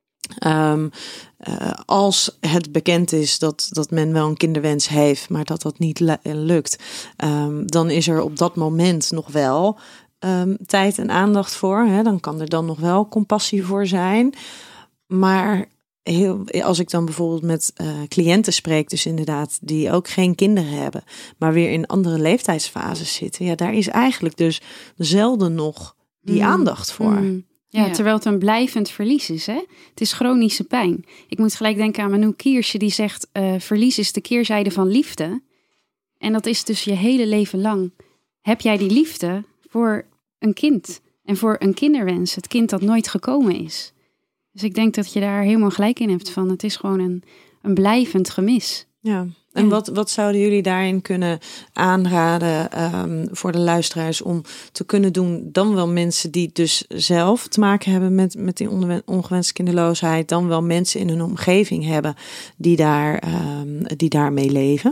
Um, uh, als het bekend is dat, dat men wel een kinderwens heeft, maar dat dat niet le- lukt, um, dan is er op dat moment nog wel um, tijd en aandacht voor. Hè? Dan kan er dan nog wel compassie voor zijn. Maar heel, als ik dan bijvoorbeeld met uh, cliënten spreek, dus inderdaad die ook geen kinderen hebben, maar weer in andere leeftijdsfases zitten, ja, daar is eigenlijk dus zelden nog die Mm. aandacht voor. Mm. Ja, Ja. terwijl het een blijvend verlies is. Hè? Het is chronische pijn. Ik moet gelijk denken aan Manu Kiersje die zegt, uh, verlies is de keerzijde van liefde. En dat is dus je hele leven lang. Heb jij die liefde voor een kind en voor een kinderwens, het kind dat nooit gekomen is. Dus ik denk dat je daar helemaal gelijk in hebt van, het is gewoon een, een blijvend gemis. Ja. En Ja. wat, wat zouden jullie daarin kunnen aanraden um, voor de luisteraars om te kunnen doen? Dan wel mensen die dus zelf te maken hebben met, met die ongewen- ongewenste kinderloosheid. Dan wel mensen in hun omgeving hebben die, daar, um, die daarmee leven.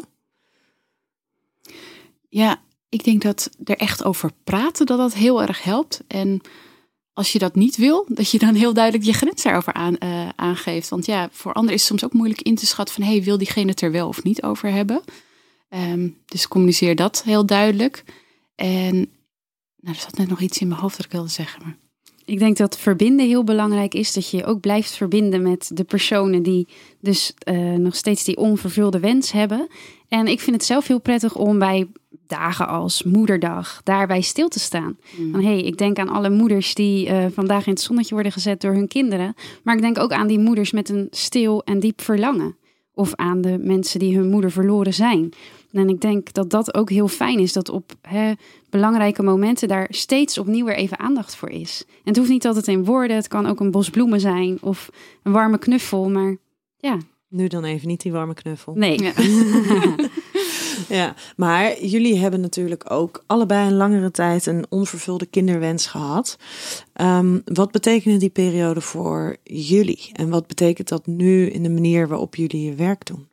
Ja, ik denk dat er echt over praten, dat dat heel erg helpt. En als je dat niet wil, dat je dan heel duidelijk je grens daarover aan, uh, aangeeft. Want ja, voor anderen is het soms ook moeilijk in te schatten van, hey, wil diegene het er wel of niet over hebben? Um, dus communiceer dat heel duidelijk. En nou, er zat net nog iets in mijn hoofd dat ik wilde zeggen. Maar... Ik denk dat verbinden heel belangrijk is. Dat je ook blijft verbinden met de personen die dus uh, nog steeds die onvervulde wens hebben. En ik vind het zelf heel prettig om bij dagen als Moederdag daarbij stil te staan. Mm. Van, hey, ik denk aan alle moeders die uh, vandaag in het zonnetje worden gezet door hun kinderen. Maar ik denk ook aan die moeders met een stil en diep verlangen. Of aan de mensen die hun moeder verloren zijn. En ik denk dat dat ook heel fijn is. Dat op hè, belangrijke momenten daar steeds opnieuw weer even aandacht voor is. En het hoeft niet altijd in woorden. Het kan ook een bos bloemen zijn. Of een warme knuffel. Maar ja. Nu dan even niet die warme knuffel. Nee. Ja. Ja, maar jullie hebben natuurlijk ook allebei een langere tijd een onvervulde kinderwens gehad. Um, wat betekende die periode voor jullie? En wat betekent dat nu in de manier waarop jullie je werk doen?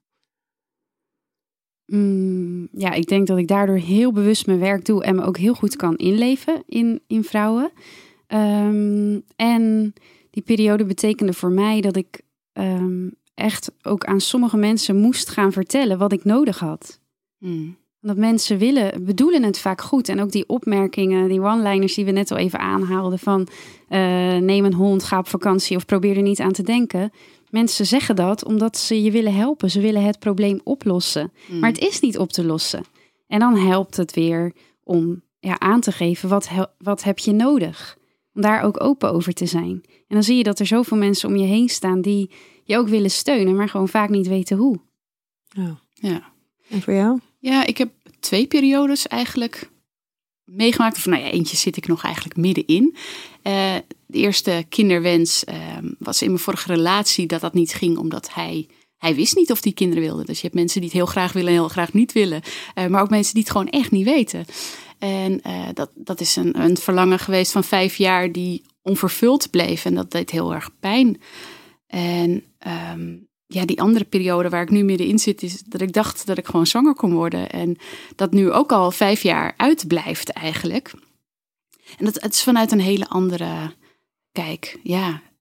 Mm, ja, ik denk dat ik daardoor heel bewust mijn werk doe en me ook heel goed kan inleven in, in vrouwen. Um, en die periode betekende voor mij dat ik um, echt ook aan sommige mensen moest gaan vertellen wat ik nodig had. Mm. Dat mensen willen, bedoelen het vaak goed. En ook die opmerkingen, die one-liners die we net al even aanhaalden van uh, neem een hond, ga op vakantie of probeer er niet aan te denken. Mensen zeggen dat omdat ze je willen helpen. Ze willen het probleem oplossen. Mm. Maar het is niet op te lossen. En dan helpt het weer om ja, aan te geven wat, wat heb je nodig. Om daar ook open over te zijn. En dan zie je dat er zoveel mensen om je heen staan die je ook willen steunen, maar gewoon vaak niet weten hoe. Ja. Ja. En voor jou? Ja, ik heb twee periodes eigenlijk meegemaakt. Of nou ja, eentje zit ik nog eigenlijk middenin. Uh, de eerste kinderwens uh, was in mijn vorige relatie dat dat niet ging omdat hij... Hij wist niet of hij kinderen wilde. Dus je hebt mensen die het heel graag willen en heel graag niet willen. Uh, maar ook mensen die het gewoon echt niet weten. En uh, dat, dat is een, een verlangen geweest van vijf jaar die onvervuld bleef. En dat deed heel erg pijn. En um, ja, die andere periode waar ik nu middenin zit, is dat ik dacht dat ik gewoon zwanger kon worden. En dat nu ook al vijf jaar uitblijft eigenlijk. En dat het is vanuit een hele andere kijk. Ja,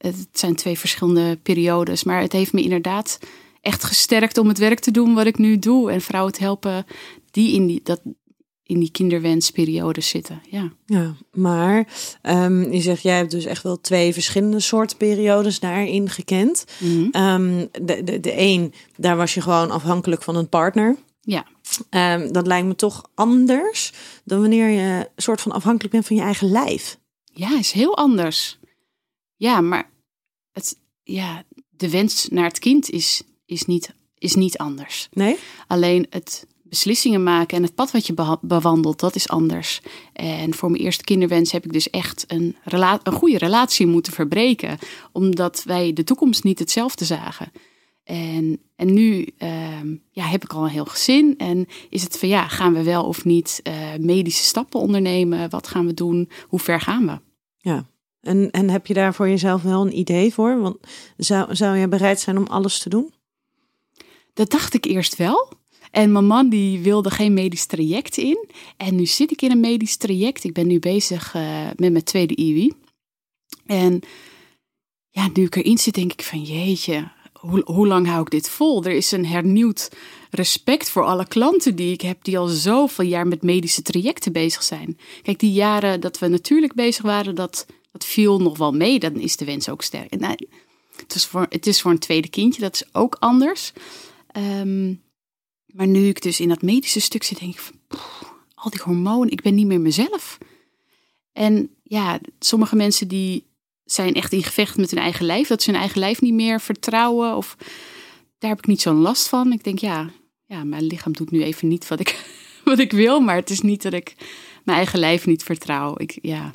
het zijn twee verschillende periodes. Maar het heeft me inderdaad echt gesterkt om het werk te doen wat ik nu doe. En vrouwen te helpen die in die, dat, in die kinderwensperiode zitten. Ja, ja maar um, je zegt, jij hebt dus echt wel twee verschillende soorten periodes daarin gekend. Mm-hmm. Um, de, de, de een, daar was je gewoon afhankelijk van een partner. Ja. Um, dat lijkt me toch anders dan wanneer je een soort van afhankelijk bent van je eigen lijf. Ja, is heel anders. Ja, maar het, ja, de wens naar het kind is, is, niet, is niet anders. Nee? Alleen het beslissingen maken en het pad wat je beha- bewandelt, dat is anders. En voor mijn eerste kinderwens heb ik dus echt een, rela- een goede relatie moeten verbreken. Omdat wij de toekomst niet hetzelfde zagen. En, en nu um, ja, heb ik al een heel gezin. En is het van ja, gaan we wel of niet uh, medische stappen ondernemen? Wat gaan we doen? Hoe ver gaan we? Ja, en, en heb je daar voor jezelf wel een idee voor? Want zou, zou je bereid zijn om alles te doen? Dat dacht ik eerst wel. En mijn man die wilde geen medisch traject in. En nu zit ik in een medisch traject. Ik ben nu bezig uh, met mijn tweede I W I. En ja, nu ik erin zit, denk ik van jeetje, hoe, hoe lang hou ik dit vol? Er is een hernieuwd respect voor alle klanten die ik heb, die al zoveel jaar met medische trajecten bezig zijn. Kijk, die jaren dat we natuurlijk bezig waren, dat, dat viel nog wel mee. Dan is de wens ook sterk. En, nou, het, is voor, het is voor een tweede kindje, dat is ook anders. Um, maar nu ik dus in dat medische stuk zit, denk ik van, poeh, al die hormonen, ik ben niet meer mezelf. En ja, sommige mensen die zijn echt in gevecht met hun eigen lijf, dat ze hun eigen lijf niet meer vertrouwen. Of daar heb ik niet zo'n last van. Ik denk, ja, ja mijn lichaam doet nu even niet wat ik, wat ik wil, maar het is niet dat ik mijn eigen lijf niet vertrouw. Ik, ja,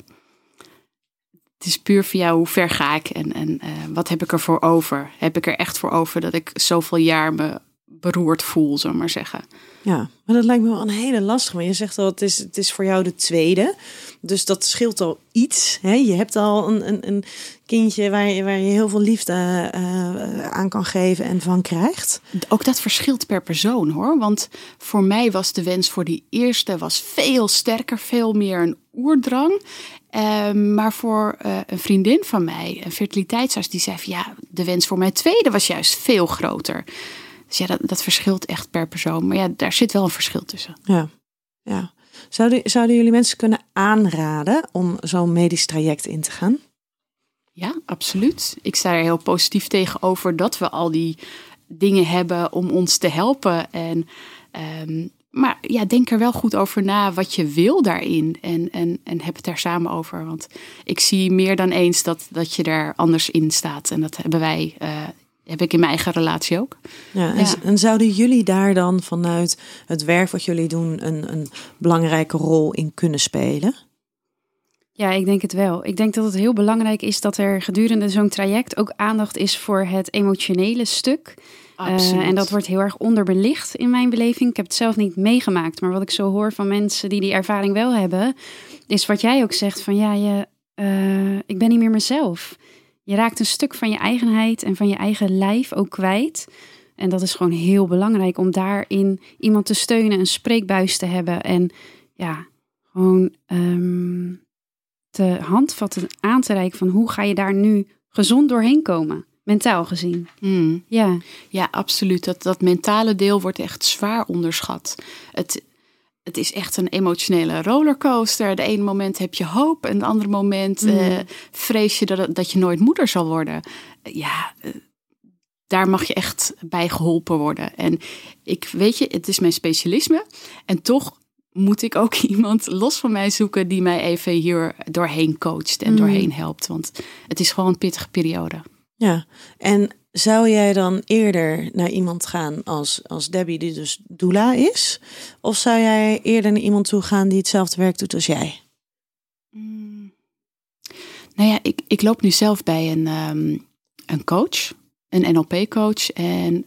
het is puur voor jou, hoe ver ga ik en, en uh, wat heb ik er voor over? Heb ik er echt voor over dat ik zoveel jaar me beroerd voel, zullen we maar zeggen. Ja, maar dat lijkt me wel een hele lastige. Maar je zegt al, het is, het is voor jou de tweede. Dus dat scheelt al iets. Hè? Je hebt al een, een, een kindje waar je, waar je heel veel liefde uh, aan kan geven en van krijgt. Ook dat verschilt per persoon, hoor. Want voor mij was de wens voor die eerste was veel sterker, veel meer een oerdrang. Uh, maar voor uh, een vriendin van mij, een fertiliteitsarts, die zei van ja, de wens voor mijn tweede was juist veel groter. Dus ja, dat, dat verschilt echt per persoon. Maar ja, daar zit wel een verschil tussen. Ja, ja. Zouden, zouden jullie mensen kunnen aanraden om zo'n medisch traject in te gaan? Ja, absoluut. Ik sta er heel positief tegenover dat we al die dingen hebben om ons te helpen. En, um, maar ja, denk er wel goed over na wat je wil daarin. En, en, en heb het daar samen over. Want ik zie meer dan eens dat, dat je daar anders in staat. En dat hebben wij... Uh, heb ik in mijn eigen relatie ook. Ja, en, ja. en zouden jullie daar dan vanuit het werk wat jullie doen een, een belangrijke rol in kunnen spelen? Ja, ik denk het wel. Ik denk dat het heel belangrijk is dat er gedurende zo'n traject ook aandacht is voor het emotionele stuk. Absoluut. Uh, en dat wordt heel erg onderbelicht in mijn beleving. Ik heb het zelf niet meegemaakt, maar wat ik zo hoor van mensen die die ervaring wel hebben, is wat jij ook zegt van ja, je, uh, ik ben niet meer mezelf. Je raakt een stuk van je eigenheid en van je eigen lijf ook kwijt. En dat is gewoon heel belangrijk om daarin iemand te steunen, een spreekbuis te hebben. En ja, gewoon um, te handvatten, aan te reiken van hoe ga je daar nu gezond doorheen komen, mentaal gezien. Mm. Ja. Ja, absoluut. Dat, dat mentale deel wordt echt zwaar onderschat. Het, het is echt een emotionele rollercoaster. De ene moment heb je hoop en het andere moment mm. uh, vrees je dat, dat je nooit moeder zal worden. Uh, ja, uh, daar mag je echt bij geholpen worden. En ik weet je, het is mijn specialisme. En toch moet ik ook iemand los van mij zoeken die mij even hier doorheen coacht en mm. doorheen helpt. Want het is gewoon een pittige periode. Ja, en zou jij dan eerder naar iemand gaan als, als Debbie, die dus doula is? Of zou jij eerder naar iemand toe gaan die hetzelfde werk doet als jij? Mm. Nou ja, ik, ik loop nu zelf bij een, um, een coach, een N L P-coach. En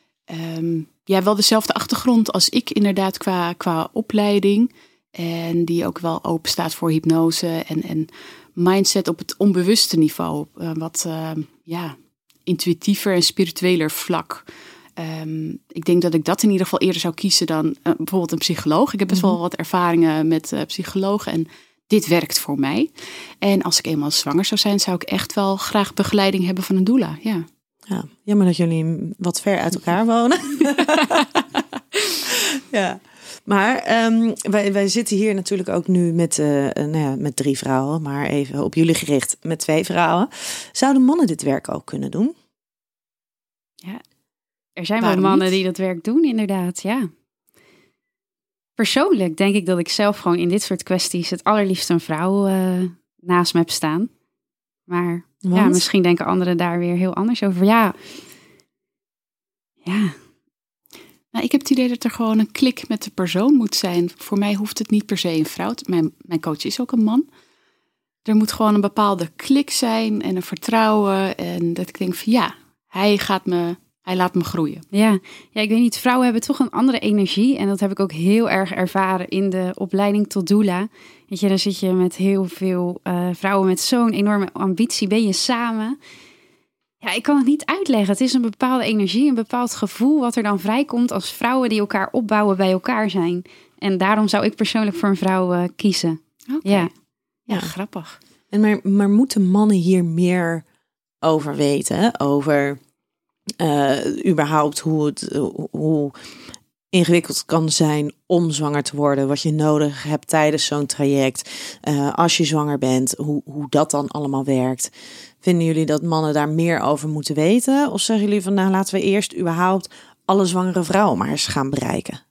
um, ja, wel dezelfde achtergrond als ik inderdaad qua, qua opleiding. En die ook wel open staat voor hypnose en, en mindset op het onbewuste niveau. Uh, wat uh, ja, intuïtiever en spiritueler vlak. Um, ik denk dat ik dat in ieder geval eerder zou kiezen dan uh, bijvoorbeeld een psycholoog. Ik heb best mm-hmm. wel wat ervaringen met uh, psychologen. En dit werkt voor mij. En als ik eenmaal zwanger zou zijn, zou ik echt wel graag begeleiding hebben van een doula. Ja, ja jammer dat jullie wat ver uit elkaar wonen. Ja. Maar um, wij, wij zitten hier natuurlijk ook nu met, uh, nou ja, met drie vrouwen, maar even op jullie gericht met twee vrouwen. Zouden mannen dit werk ook kunnen doen? Ja, er zijn Waarom wel mannen niet? die dat werk doen, inderdaad, ja. Persoonlijk denk ik dat ik zelf gewoon in dit soort kwesties het allerliefst een vrouw uh, naast me heb staan. Maar ja, Want? misschien denken anderen daar weer heel anders over. Ja, ja. Nou, ik heb het idee dat er gewoon een klik met de persoon moet zijn. Voor mij hoeft het niet per se een vrouw. Mijn, mijn coach is ook een man. Er moet gewoon een bepaalde klik zijn en een vertrouwen. En dat ik denk van ja, hij gaat me, hij laat me groeien. Ja. ja, ik weet niet, vrouwen hebben toch een andere energie. En dat heb ik ook heel erg ervaren in de opleiding tot doula. Weet je, dan zit je met heel veel uh, vrouwen met zo'n enorme ambitie. Ben je samen. Ja, ik kan het niet uitleggen. Het is een bepaalde energie, een bepaald gevoel wat er dan vrijkomt als vrouwen die elkaar opbouwen bij elkaar zijn. En daarom zou ik persoonlijk voor een vrouw uh, kiezen. Okay. Ja. Ja, Ja. grappig. En maar, maar moeten mannen hier meer over weten? Over uh, überhaupt hoe het hoe ingewikkeld kan zijn om zwanger te worden. Wat je nodig hebt tijdens zo'n traject. Uh, als je zwanger bent, hoe, hoe dat dan allemaal werkt. Vinden jullie dat mannen daar meer over moeten weten? Of zeggen jullie van nou laten we eerst überhaupt alle zwangere vrouwen maar eens gaan bereiken?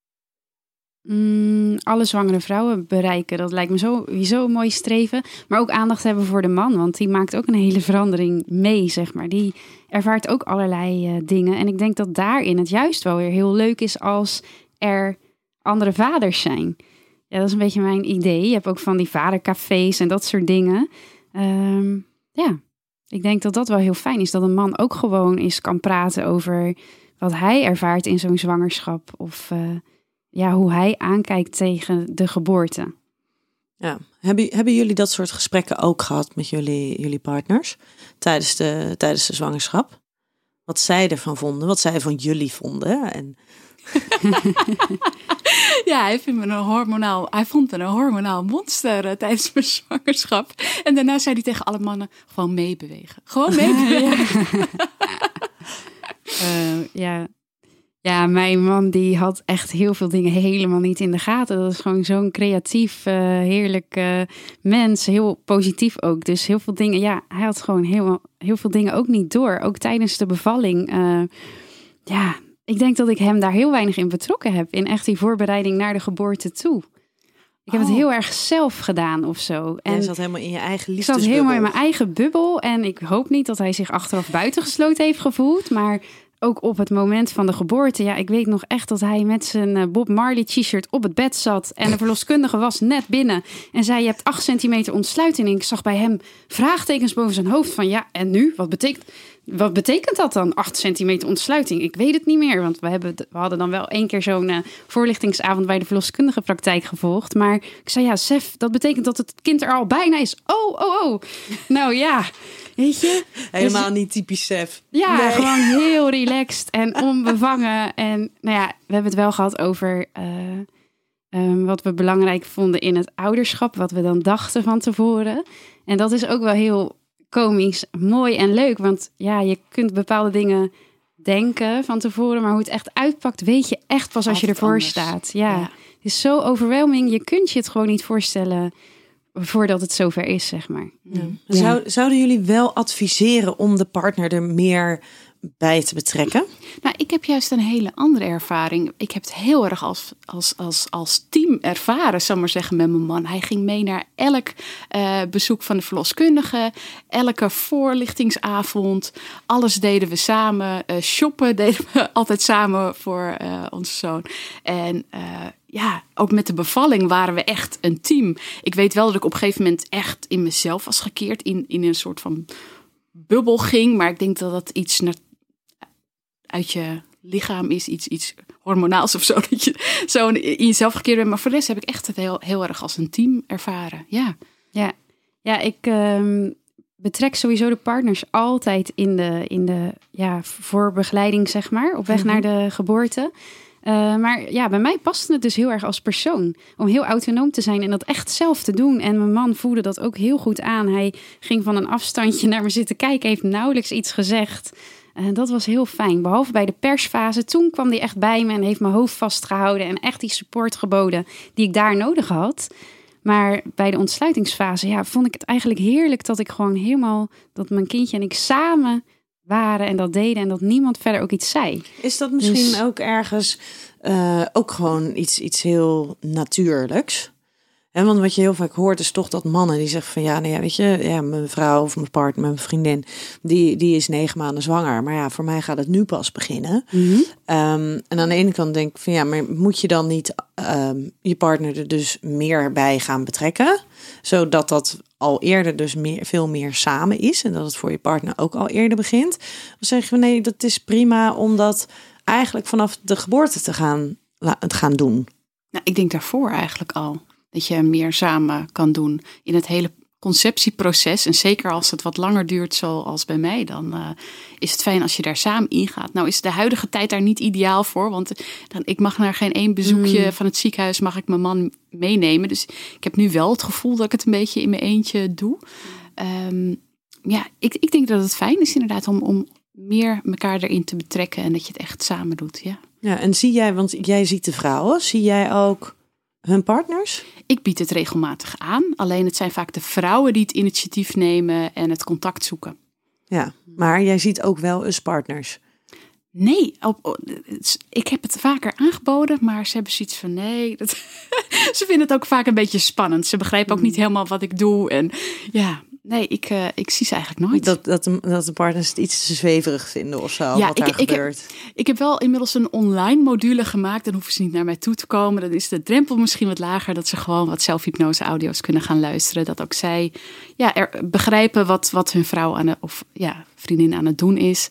Mm, alle zwangere vrouwen bereiken, dat lijkt me sowieso een mooi streven. Maar ook aandacht hebben voor de man, want die maakt ook een hele verandering mee, zeg maar. Die ervaart ook allerlei uh, dingen. En ik denk dat daarin het juist wel weer heel leuk is als er andere vaders zijn. Ja, dat is een beetje mijn idee. Je hebt ook van die vadercafés en dat soort dingen. Um, ja, ik denk dat dat wel heel fijn is. Dat een man ook gewoon eens kan praten over wat hij ervaart in zo'n zwangerschap. Of uh, ja, hoe hij aankijkt tegen de geboorte. Ja. Hebben, hebben jullie dat soort gesprekken ook gehad met jullie, jullie partners tijdens de, tijdens de zwangerschap? Wat zij ervan vonden, wat zij van jullie vonden. En... Ja, hij, vindt me een hormonaal, hij vond me een hormonaal monster uh, tijdens mijn zwangerschap. En daarna zei hij tegen alle mannen, gewoon meebewegen. Gewoon meebewegen. uh, ja. ja, mijn man die had echt heel veel dingen helemaal niet in de gaten. Dat is gewoon zo'n creatief, uh, heerlijk uh, mens. Heel positief ook. Dus heel veel dingen, ja, hij had gewoon heel, heel veel dingen ook niet door. Ook tijdens de bevalling. Uh, ja, ik denk dat ik hem daar heel weinig in betrokken heb. In echt die voorbereiding naar de geboorte toe. Ik heb oh. het heel erg zelf gedaan of zo. En je zat helemaal in je eigen liefdesbubbel. liefdesbubbel. Ik zat helemaal in mijn eigen bubbel. En ik hoop niet dat hij zich achteraf buitengesloten heeft gevoeld. Maar ook op het moment van de geboorte. Ja, ik weet nog echt dat hij met zijn Bob Marley t-shirt op het bed zat. En de verloskundige was net binnen. En zei, je hebt acht centimeter ontsluiting. En ik zag bij hem vraagtekens boven zijn hoofd. Van ja, en nu? Wat betekent... Wat betekent dat dan, acht centimeter ontsluiting? Ik weet het niet meer, want we, hebben, we hadden dan wel één keer zo'n uh, voorlichtingsavond bij de verloskundige praktijk gevolgd. Maar ik zei, ja, Sef, dat betekent dat het kind er al bijna is. Oh, oh, oh. Nou ja, weet je. Helemaal dus, niet typisch Sef. Ja, nee. Gewoon heel relaxed en onbevangen. En nou ja, we hebben het wel gehad over uh, um, wat we belangrijk vonden in het ouderschap. Wat we dan dachten van tevoren. En dat is ook wel heel komisch, mooi en leuk. Want ja, je kunt bepaalde dingen denken van tevoren, maar hoe het echt uitpakt, weet je echt pas als Altijd je ervoor anders. staat. Ja, Ja. Het is zo overwhelming. Je kunt je het gewoon niet voorstellen voordat het zover is, zeg maar. Ja. Ja. Zou, zouden jullie wel adviseren om de partner er meer bij te betrekken? Nou, ik heb juist een hele andere ervaring. Ik heb het heel erg als, als, als, als team ervaren, zal ik maar zeggen, met mijn man. Hij ging mee naar elk uh, bezoek van de verloskundige, elke voorlichtingsavond. Alles deden we samen. Uh, shoppen deden we altijd samen voor uh, onze zoon. En uh, ja, ook met de bevalling waren we echt een team. Ik weet wel dat ik op een gegeven moment echt in mezelf was gekeerd, in, in een soort van bubbel ging. Maar ik denk dat dat iets naar uit je lichaam is, iets, iets hormonaals of zo, dat je zo in jezelf gekeerd bent. Maar voor de rest heb ik echt het heel, heel erg als een team ervaren. Ja, ja. ja ik um, betrek sowieso de partners altijd in de, in de ja, voorbegeleiding, zeg maar, op weg mm-hmm. naar de geboorte. Uh, maar ja, bij mij paste het dus heel erg als persoon. Om heel autonoom te zijn en dat echt zelf te doen. En mijn man voelde dat ook heel goed aan. Hij ging van een afstandje naar me zitten kijken. Heeft nauwelijks iets gezegd. En uh, dat was heel fijn. Behalve bij de persfase. Toen kwam hij echt bij me en heeft mijn hoofd vastgehouden. En echt die support geboden die ik daar nodig had. Maar bij de ontsluitingsfase ja, vond ik het eigenlijk heerlijk dat ik gewoon helemaal... dat mijn kindje en ik samen waren en dat deden en dat niemand verder ook iets zei. Is dat misschien dus... ook ergens uh, ook gewoon iets, iets heel natuurlijks? En want wat je heel vaak hoort is toch dat mannen die zeggen van ja, nou ja, weet je, ja, mijn vrouw of mijn partner, mijn vriendin, die, die is negen maanden zwanger. Maar ja, voor mij gaat het nu pas beginnen. Mm-hmm. Um, en aan de ene kant denk ik van ja, maar moet je dan niet um, je partner er dus meer bij gaan betrekken? Zodat dat al eerder dus meer, veel meer samen is en dat het voor je partner ook al eerder begint. Dan zeg je nee, dat is prima om dat eigenlijk vanaf de geboorte te gaan, te gaan doen. Nou, ik denk daarvoor eigenlijk al. Dat je meer samen kan doen in het hele conceptieproces. En zeker als het wat langer duurt zoals bij mij, dan uh, is het fijn als je daar samen ingaat. Nou is de huidige tijd daar niet ideaal voor. Want dan, ik mag naar geen één bezoekje mm. van het ziekenhuis, mag ik mijn man meenemen. Dus ik heb nu wel het gevoel dat ik het een beetje in mijn eentje doe. Um, ja, ik, ik denk dat het fijn is inderdaad om, om meer elkaar erin te betrekken. En dat je het echt samen doet, ja. Ja, en zie jij, want jij ziet de vrouwen, zie jij ook hun partners? Ik bied het regelmatig aan. Alleen het zijn vaak de vrouwen die het initiatief nemen en het contact zoeken. Ja, maar jij ziet ook wel eens partners. Nee, op, op, ik heb het vaker aangeboden, maar ze hebben zoiets van nee. Dat, ze vinden het ook vaak een beetje spannend. Ze begrijpen ook niet helemaal wat ik doe. En ja, nee, ik, uh, ik zie ze eigenlijk nooit. Dat, dat, de, dat de partners het iets te zweverig vinden of zo, ja, wat daar ik, gebeurt. Ik heb, ik heb wel inmiddels een online module gemaakt. Dan hoeven ze niet naar mij toe te komen. Dan is de drempel misschien wat lager. Dat ze gewoon wat zelfhypnose audio's kunnen gaan luisteren. Dat ook zij ja, er, begrijpen wat, wat hun vrouw aan de, of ja, vriendin aan het doen is.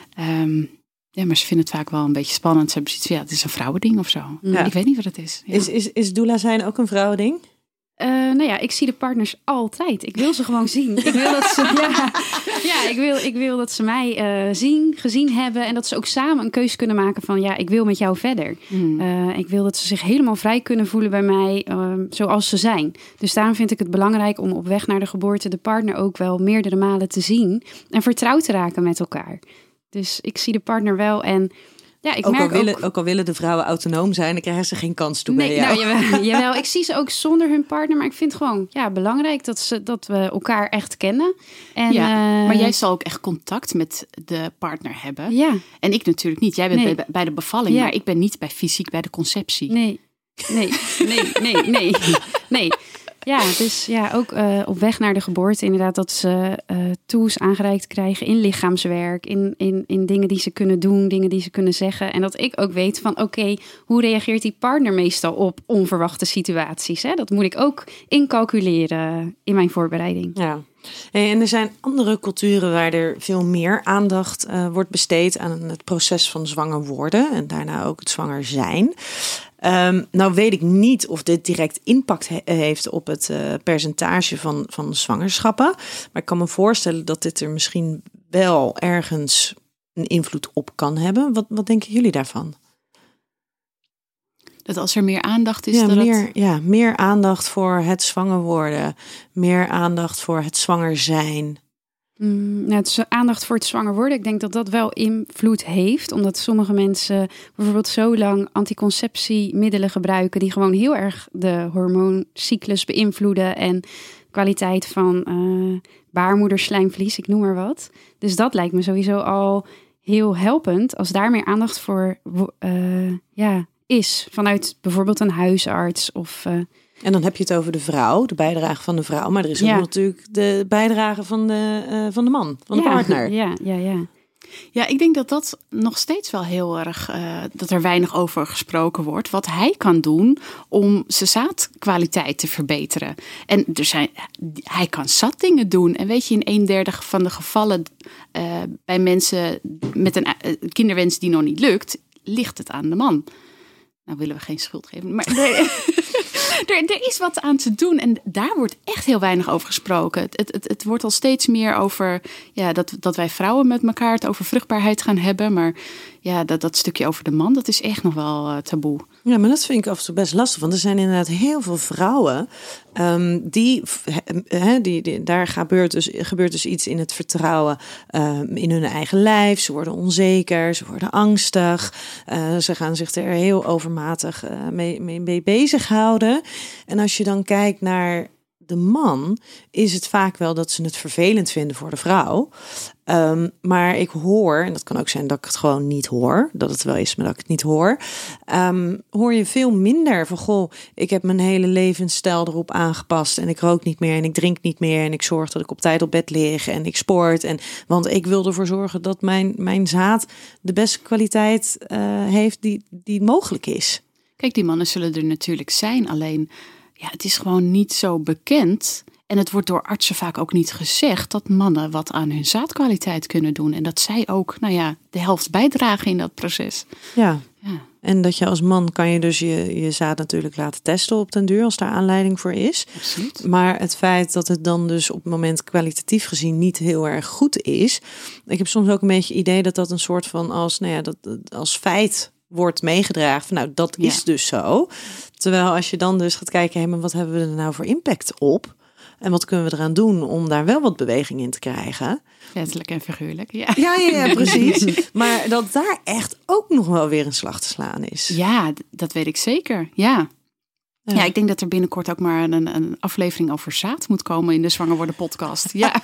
Um, Ja, maar ze vinden het vaak wel een beetje spannend. Ze hebben zoiets van, ja, het is een vrouwending of zo. Ja. Ik weet niet wat het is. Ja. Is, is, is doula zijn ook een vrouwending? Uh, nou ja, ik zie de partners altijd. Ik wil ze gewoon zien. Ik wil dat ze, ja, ja, ik wil, ik wil dat ze mij uh, zien, gezien hebben. En dat ze ook samen een keuze kunnen maken van, ja, ik wil met jou verder. Mm. Uh, ik wil dat ze zich helemaal vrij kunnen voelen bij mij, uh, zoals ze zijn. Dus daarom vind ik het belangrijk om op weg naar de geboorte de partner ook wel meerdere malen te zien. En vertrouwd te raken met elkaar. Dus ik zie de partner wel en ja, ik ook merk al willen, ook... ook al willen de vrouwen autonoom zijn, dan krijgen ze geen kans toe nee, bij jou. Nou, jawel, jawel, ik zie ze ook zonder hun partner, maar ik vind het gewoon ja, belangrijk dat, ze, dat we elkaar echt kennen. En, ja, uh, maar jij zal ook echt contact met de partner hebben. Ja. En ik natuurlijk niet. Jij bent nee. bij, bij de bevalling, ja. maar ik ben niet bij fysiek bij de conceptie. Nee, nee, nee, nee, nee, nee. Ja, dus ja, ook uh, op weg naar de geboorte inderdaad dat ze uh, tools aangereikt krijgen in lichaamswerk, in, in, in dingen die ze kunnen doen, dingen die ze kunnen zeggen. En dat ik ook weet van oké, okay, hoe reageert die partner meestal op onverwachte situaties? Hè? Dat moet ik ook incalculeren in mijn voorbereiding. Ja. En er zijn andere culturen waar er veel meer aandacht uh, wordt besteed aan het proces van zwanger worden en daarna ook het zwanger zijn. Um, nou weet ik niet of dit direct impact he- heeft op het uh, percentage van, van zwangerschappen. Maar ik kan me voorstellen dat dit er misschien wel ergens een invloed op kan hebben. Wat, wat denken jullie daarvan? Dat als er meer aandacht is... Ja, dat meer, het... ja, meer aandacht voor het zwanger worden. Meer aandacht voor het zwanger zijn. Mm, nou, het is aandacht voor het zwanger worden. Ik denk dat dat wel invloed heeft. Omdat sommige mensen bijvoorbeeld zo lang anticonceptiemiddelen gebruiken. Die gewoon heel erg de hormooncyclus beïnvloeden. En kwaliteit van uh, baarmoederslijmvlies, ik noem maar wat. Dus dat lijkt me sowieso al heel helpend. Als daar meer aandacht voor uh, ja, is. Vanuit bijvoorbeeld een huisarts of... Uh, En dan heb je het over de vrouw, de bijdrage van de vrouw. Maar er is ook ja. natuurlijk de bijdrage van de, uh, van de man, van de ja, partner. Ja, ja, ja. Ja, ik denk dat dat nog steeds wel heel erg, uh, dat er weinig over gesproken wordt. Wat hij kan doen om zijn zaadkwaliteit te verbeteren. En er zijn, hij kan zat dingen doen. En weet je, in een derde van de gevallen uh, bij mensen met een uh, kinderwens die nog niet lukt, ligt het aan de man. Nou willen we geen schuld geven, maar... Nee. er, er is wat aan te doen en daar wordt echt heel weinig over gesproken. Het, het, het wordt al steeds meer over ja, dat, dat wij vrouwen met elkaar het over vruchtbaarheid gaan hebben. Maar ja, dat, dat stukje over de man, dat is echt nog wel uh, taboe. Ja, maar dat vind ik af en toe best lastig. Want er zijn inderdaad heel veel vrouwen um, die, he, die, die, daar gebeurt dus, gebeurt dus iets in het vertrouwen um, in hun eigen lijf. Ze worden onzeker, ze worden angstig. Uh, ze gaan zich er heel overmatig uh, mee, mee, mee bezighouden. En als je dan kijkt naar de man, is het vaak wel dat ze het vervelend vinden voor de vrouw. Um, maar ik hoor, en dat kan ook zijn dat ik het gewoon niet hoor, dat het wel is, maar dat ik het niet hoor, um, hoor je veel minder van, goh, ik heb mijn hele levensstijl erop aangepast en ik rook niet meer en ik drink niet meer en ik zorg dat ik op tijd op bed lig en ik sport. En, want ik wil ervoor zorgen dat mijn, mijn zaad de beste kwaliteit uh, heeft die, die mogelijk is. Kijk, die mannen zullen er natuurlijk zijn, alleen ja, het is gewoon niet zo bekend. En het wordt door artsen vaak ook niet gezegd dat mannen wat aan hun zaadkwaliteit kunnen doen. En dat zij ook, nou ja, de helft bijdragen in dat proces. Ja, ja. En dat je als man kan je dus je, je zaad natuurlijk laten testen op den duur als daar aanleiding voor is. Absoluut. Maar het feit dat het dan dus op het moment kwalitatief gezien niet heel erg goed is. Ik heb soms ook een beetje het idee dat dat een soort van als, nou ja, dat als feit wordt meegedragen. Van, nou, dat is ja. dus zo. Terwijl als je dan dus gaat kijken, hé, maar wat hebben we er nou voor impact op? En wat kunnen we eraan doen om daar wel wat beweging in te krijgen? Letterlijk en figuurlijk, ja. Ja, ja, ja, precies. Maar dat daar echt ook nog wel weer een slag te slaan is. Ja, dat weet ik zeker, ja. Ja, ja ik denk dat er binnenkort ook maar een, een aflevering over zaad moet komen in de Zwanger Worden podcast. Ja.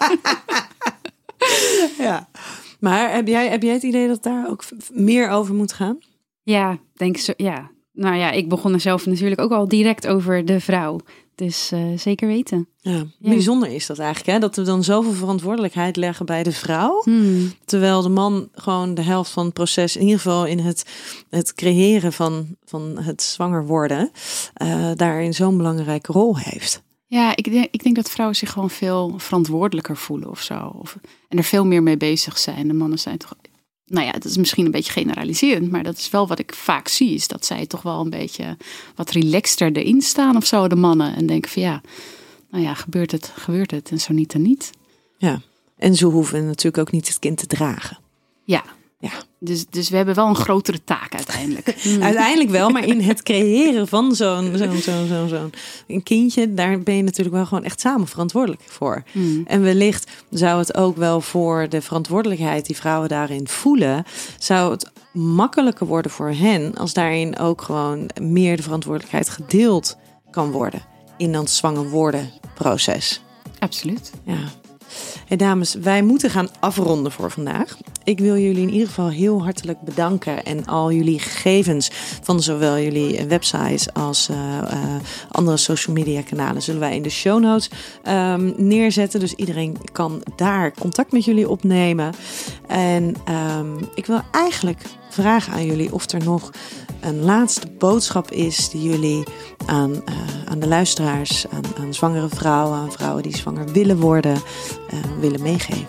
Ja. Maar heb jij, heb jij het idee dat daar ook meer over moet gaan? Ja, denk zo, ja. Nou ja, ik begon er zelf natuurlijk ook al direct over de vrouw. Dus uh, zeker weten. Ja, ja. Bijzonder is dat eigenlijk, hè? Dat we dan zoveel verantwoordelijkheid leggen bij de vrouw. Hmm. Terwijl de man gewoon de helft van het proces, in ieder geval in het, het creëren van, van het zwanger worden, uh, daarin zo'n belangrijke rol heeft. Ja, ik denk, ik denk dat vrouwen zich gewoon veel verantwoordelijker voelen of zo. Of, en er veel meer mee bezig zijn. De mannen zijn toch... Nou ja, dat is misschien een beetje generaliserend, maar dat is wel wat ik vaak zie. Is dat zij toch wel een beetje wat relaxter erin staan of zo, de mannen. En denken van ja, nou ja, gebeurt het, gebeurt het. En zo niet dan niet. Ja, en ze hoeven natuurlijk ook niet het kind te dragen. Ja, ja. Dus, dus we hebben wel een grotere taak uiteindelijk. Mm. Uiteindelijk wel, maar in het creëren van zo'n, zo'n, zo'n, zo'n, zo'n een kindje, daar ben je natuurlijk wel gewoon echt samen verantwoordelijk voor. Mm. En wellicht zou het ook wel voor de verantwoordelijkheid die vrouwen daarin voelen, zou het makkelijker worden voor hen als daarin ook gewoon meer de verantwoordelijkheid gedeeld kan worden in dat zwanger worden proces. Absoluut. Ja. Hey dames, wij moeten gaan afronden voor vandaag. Ik wil jullie in ieder geval heel hartelijk bedanken. En al jullie gegevens van zowel jullie websites als uh, uh, andere social media kanalen zullen wij in de show notes um, neerzetten. Dus iedereen kan daar contact met jullie opnemen. En um, ik wil eigenlijk vragen aan jullie of er nog een laatste boodschap is die jullie aan, uh, aan de luisteraars, aan, aan zwangere vrouwen, aan vrouwen die zwanger willen worden, uh, willen meegeven.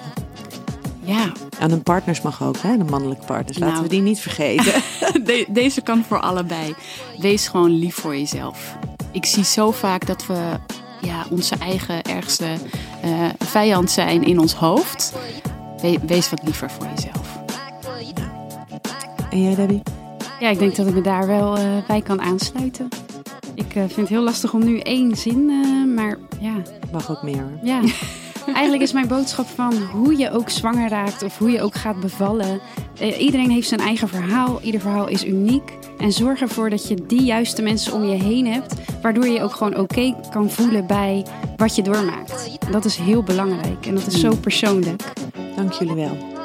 Ja. Aan hun partners mag ook, hè? De mannelijke partners. Laten nou, we die niet vergeten. De, deze kan voor allebei. Wees gewoon lief voor jezelf. Ik zie zo vaak dat we ja, onze eigen ergste uh, vijand zijn in ons hoofd. We, wees wat liever voor jezelf. En jij, Debbie? Ja, ik denk dat ik me daar wel uh, bij kan aansluiten. Ik uh, vind het heel lastig om nu één zin, uh, maar ja. Mag ook meer. Ja. Eigenlijk is mijn boodschap van hoe je ook zwanger raakt of hoe je ook gaat bevallen. Uh, iedereen heeft zijn eigen verhaal. Ieder verhaal is uniek. En zorg ervoor dat je die juiste mensen om je heen hebt. Waardoor je je ook gewoon oké okay kan voelen bij wat je doormaakt. En dat is heel belangrijk. En dat is zo persoonlijk. Dank jullie wel.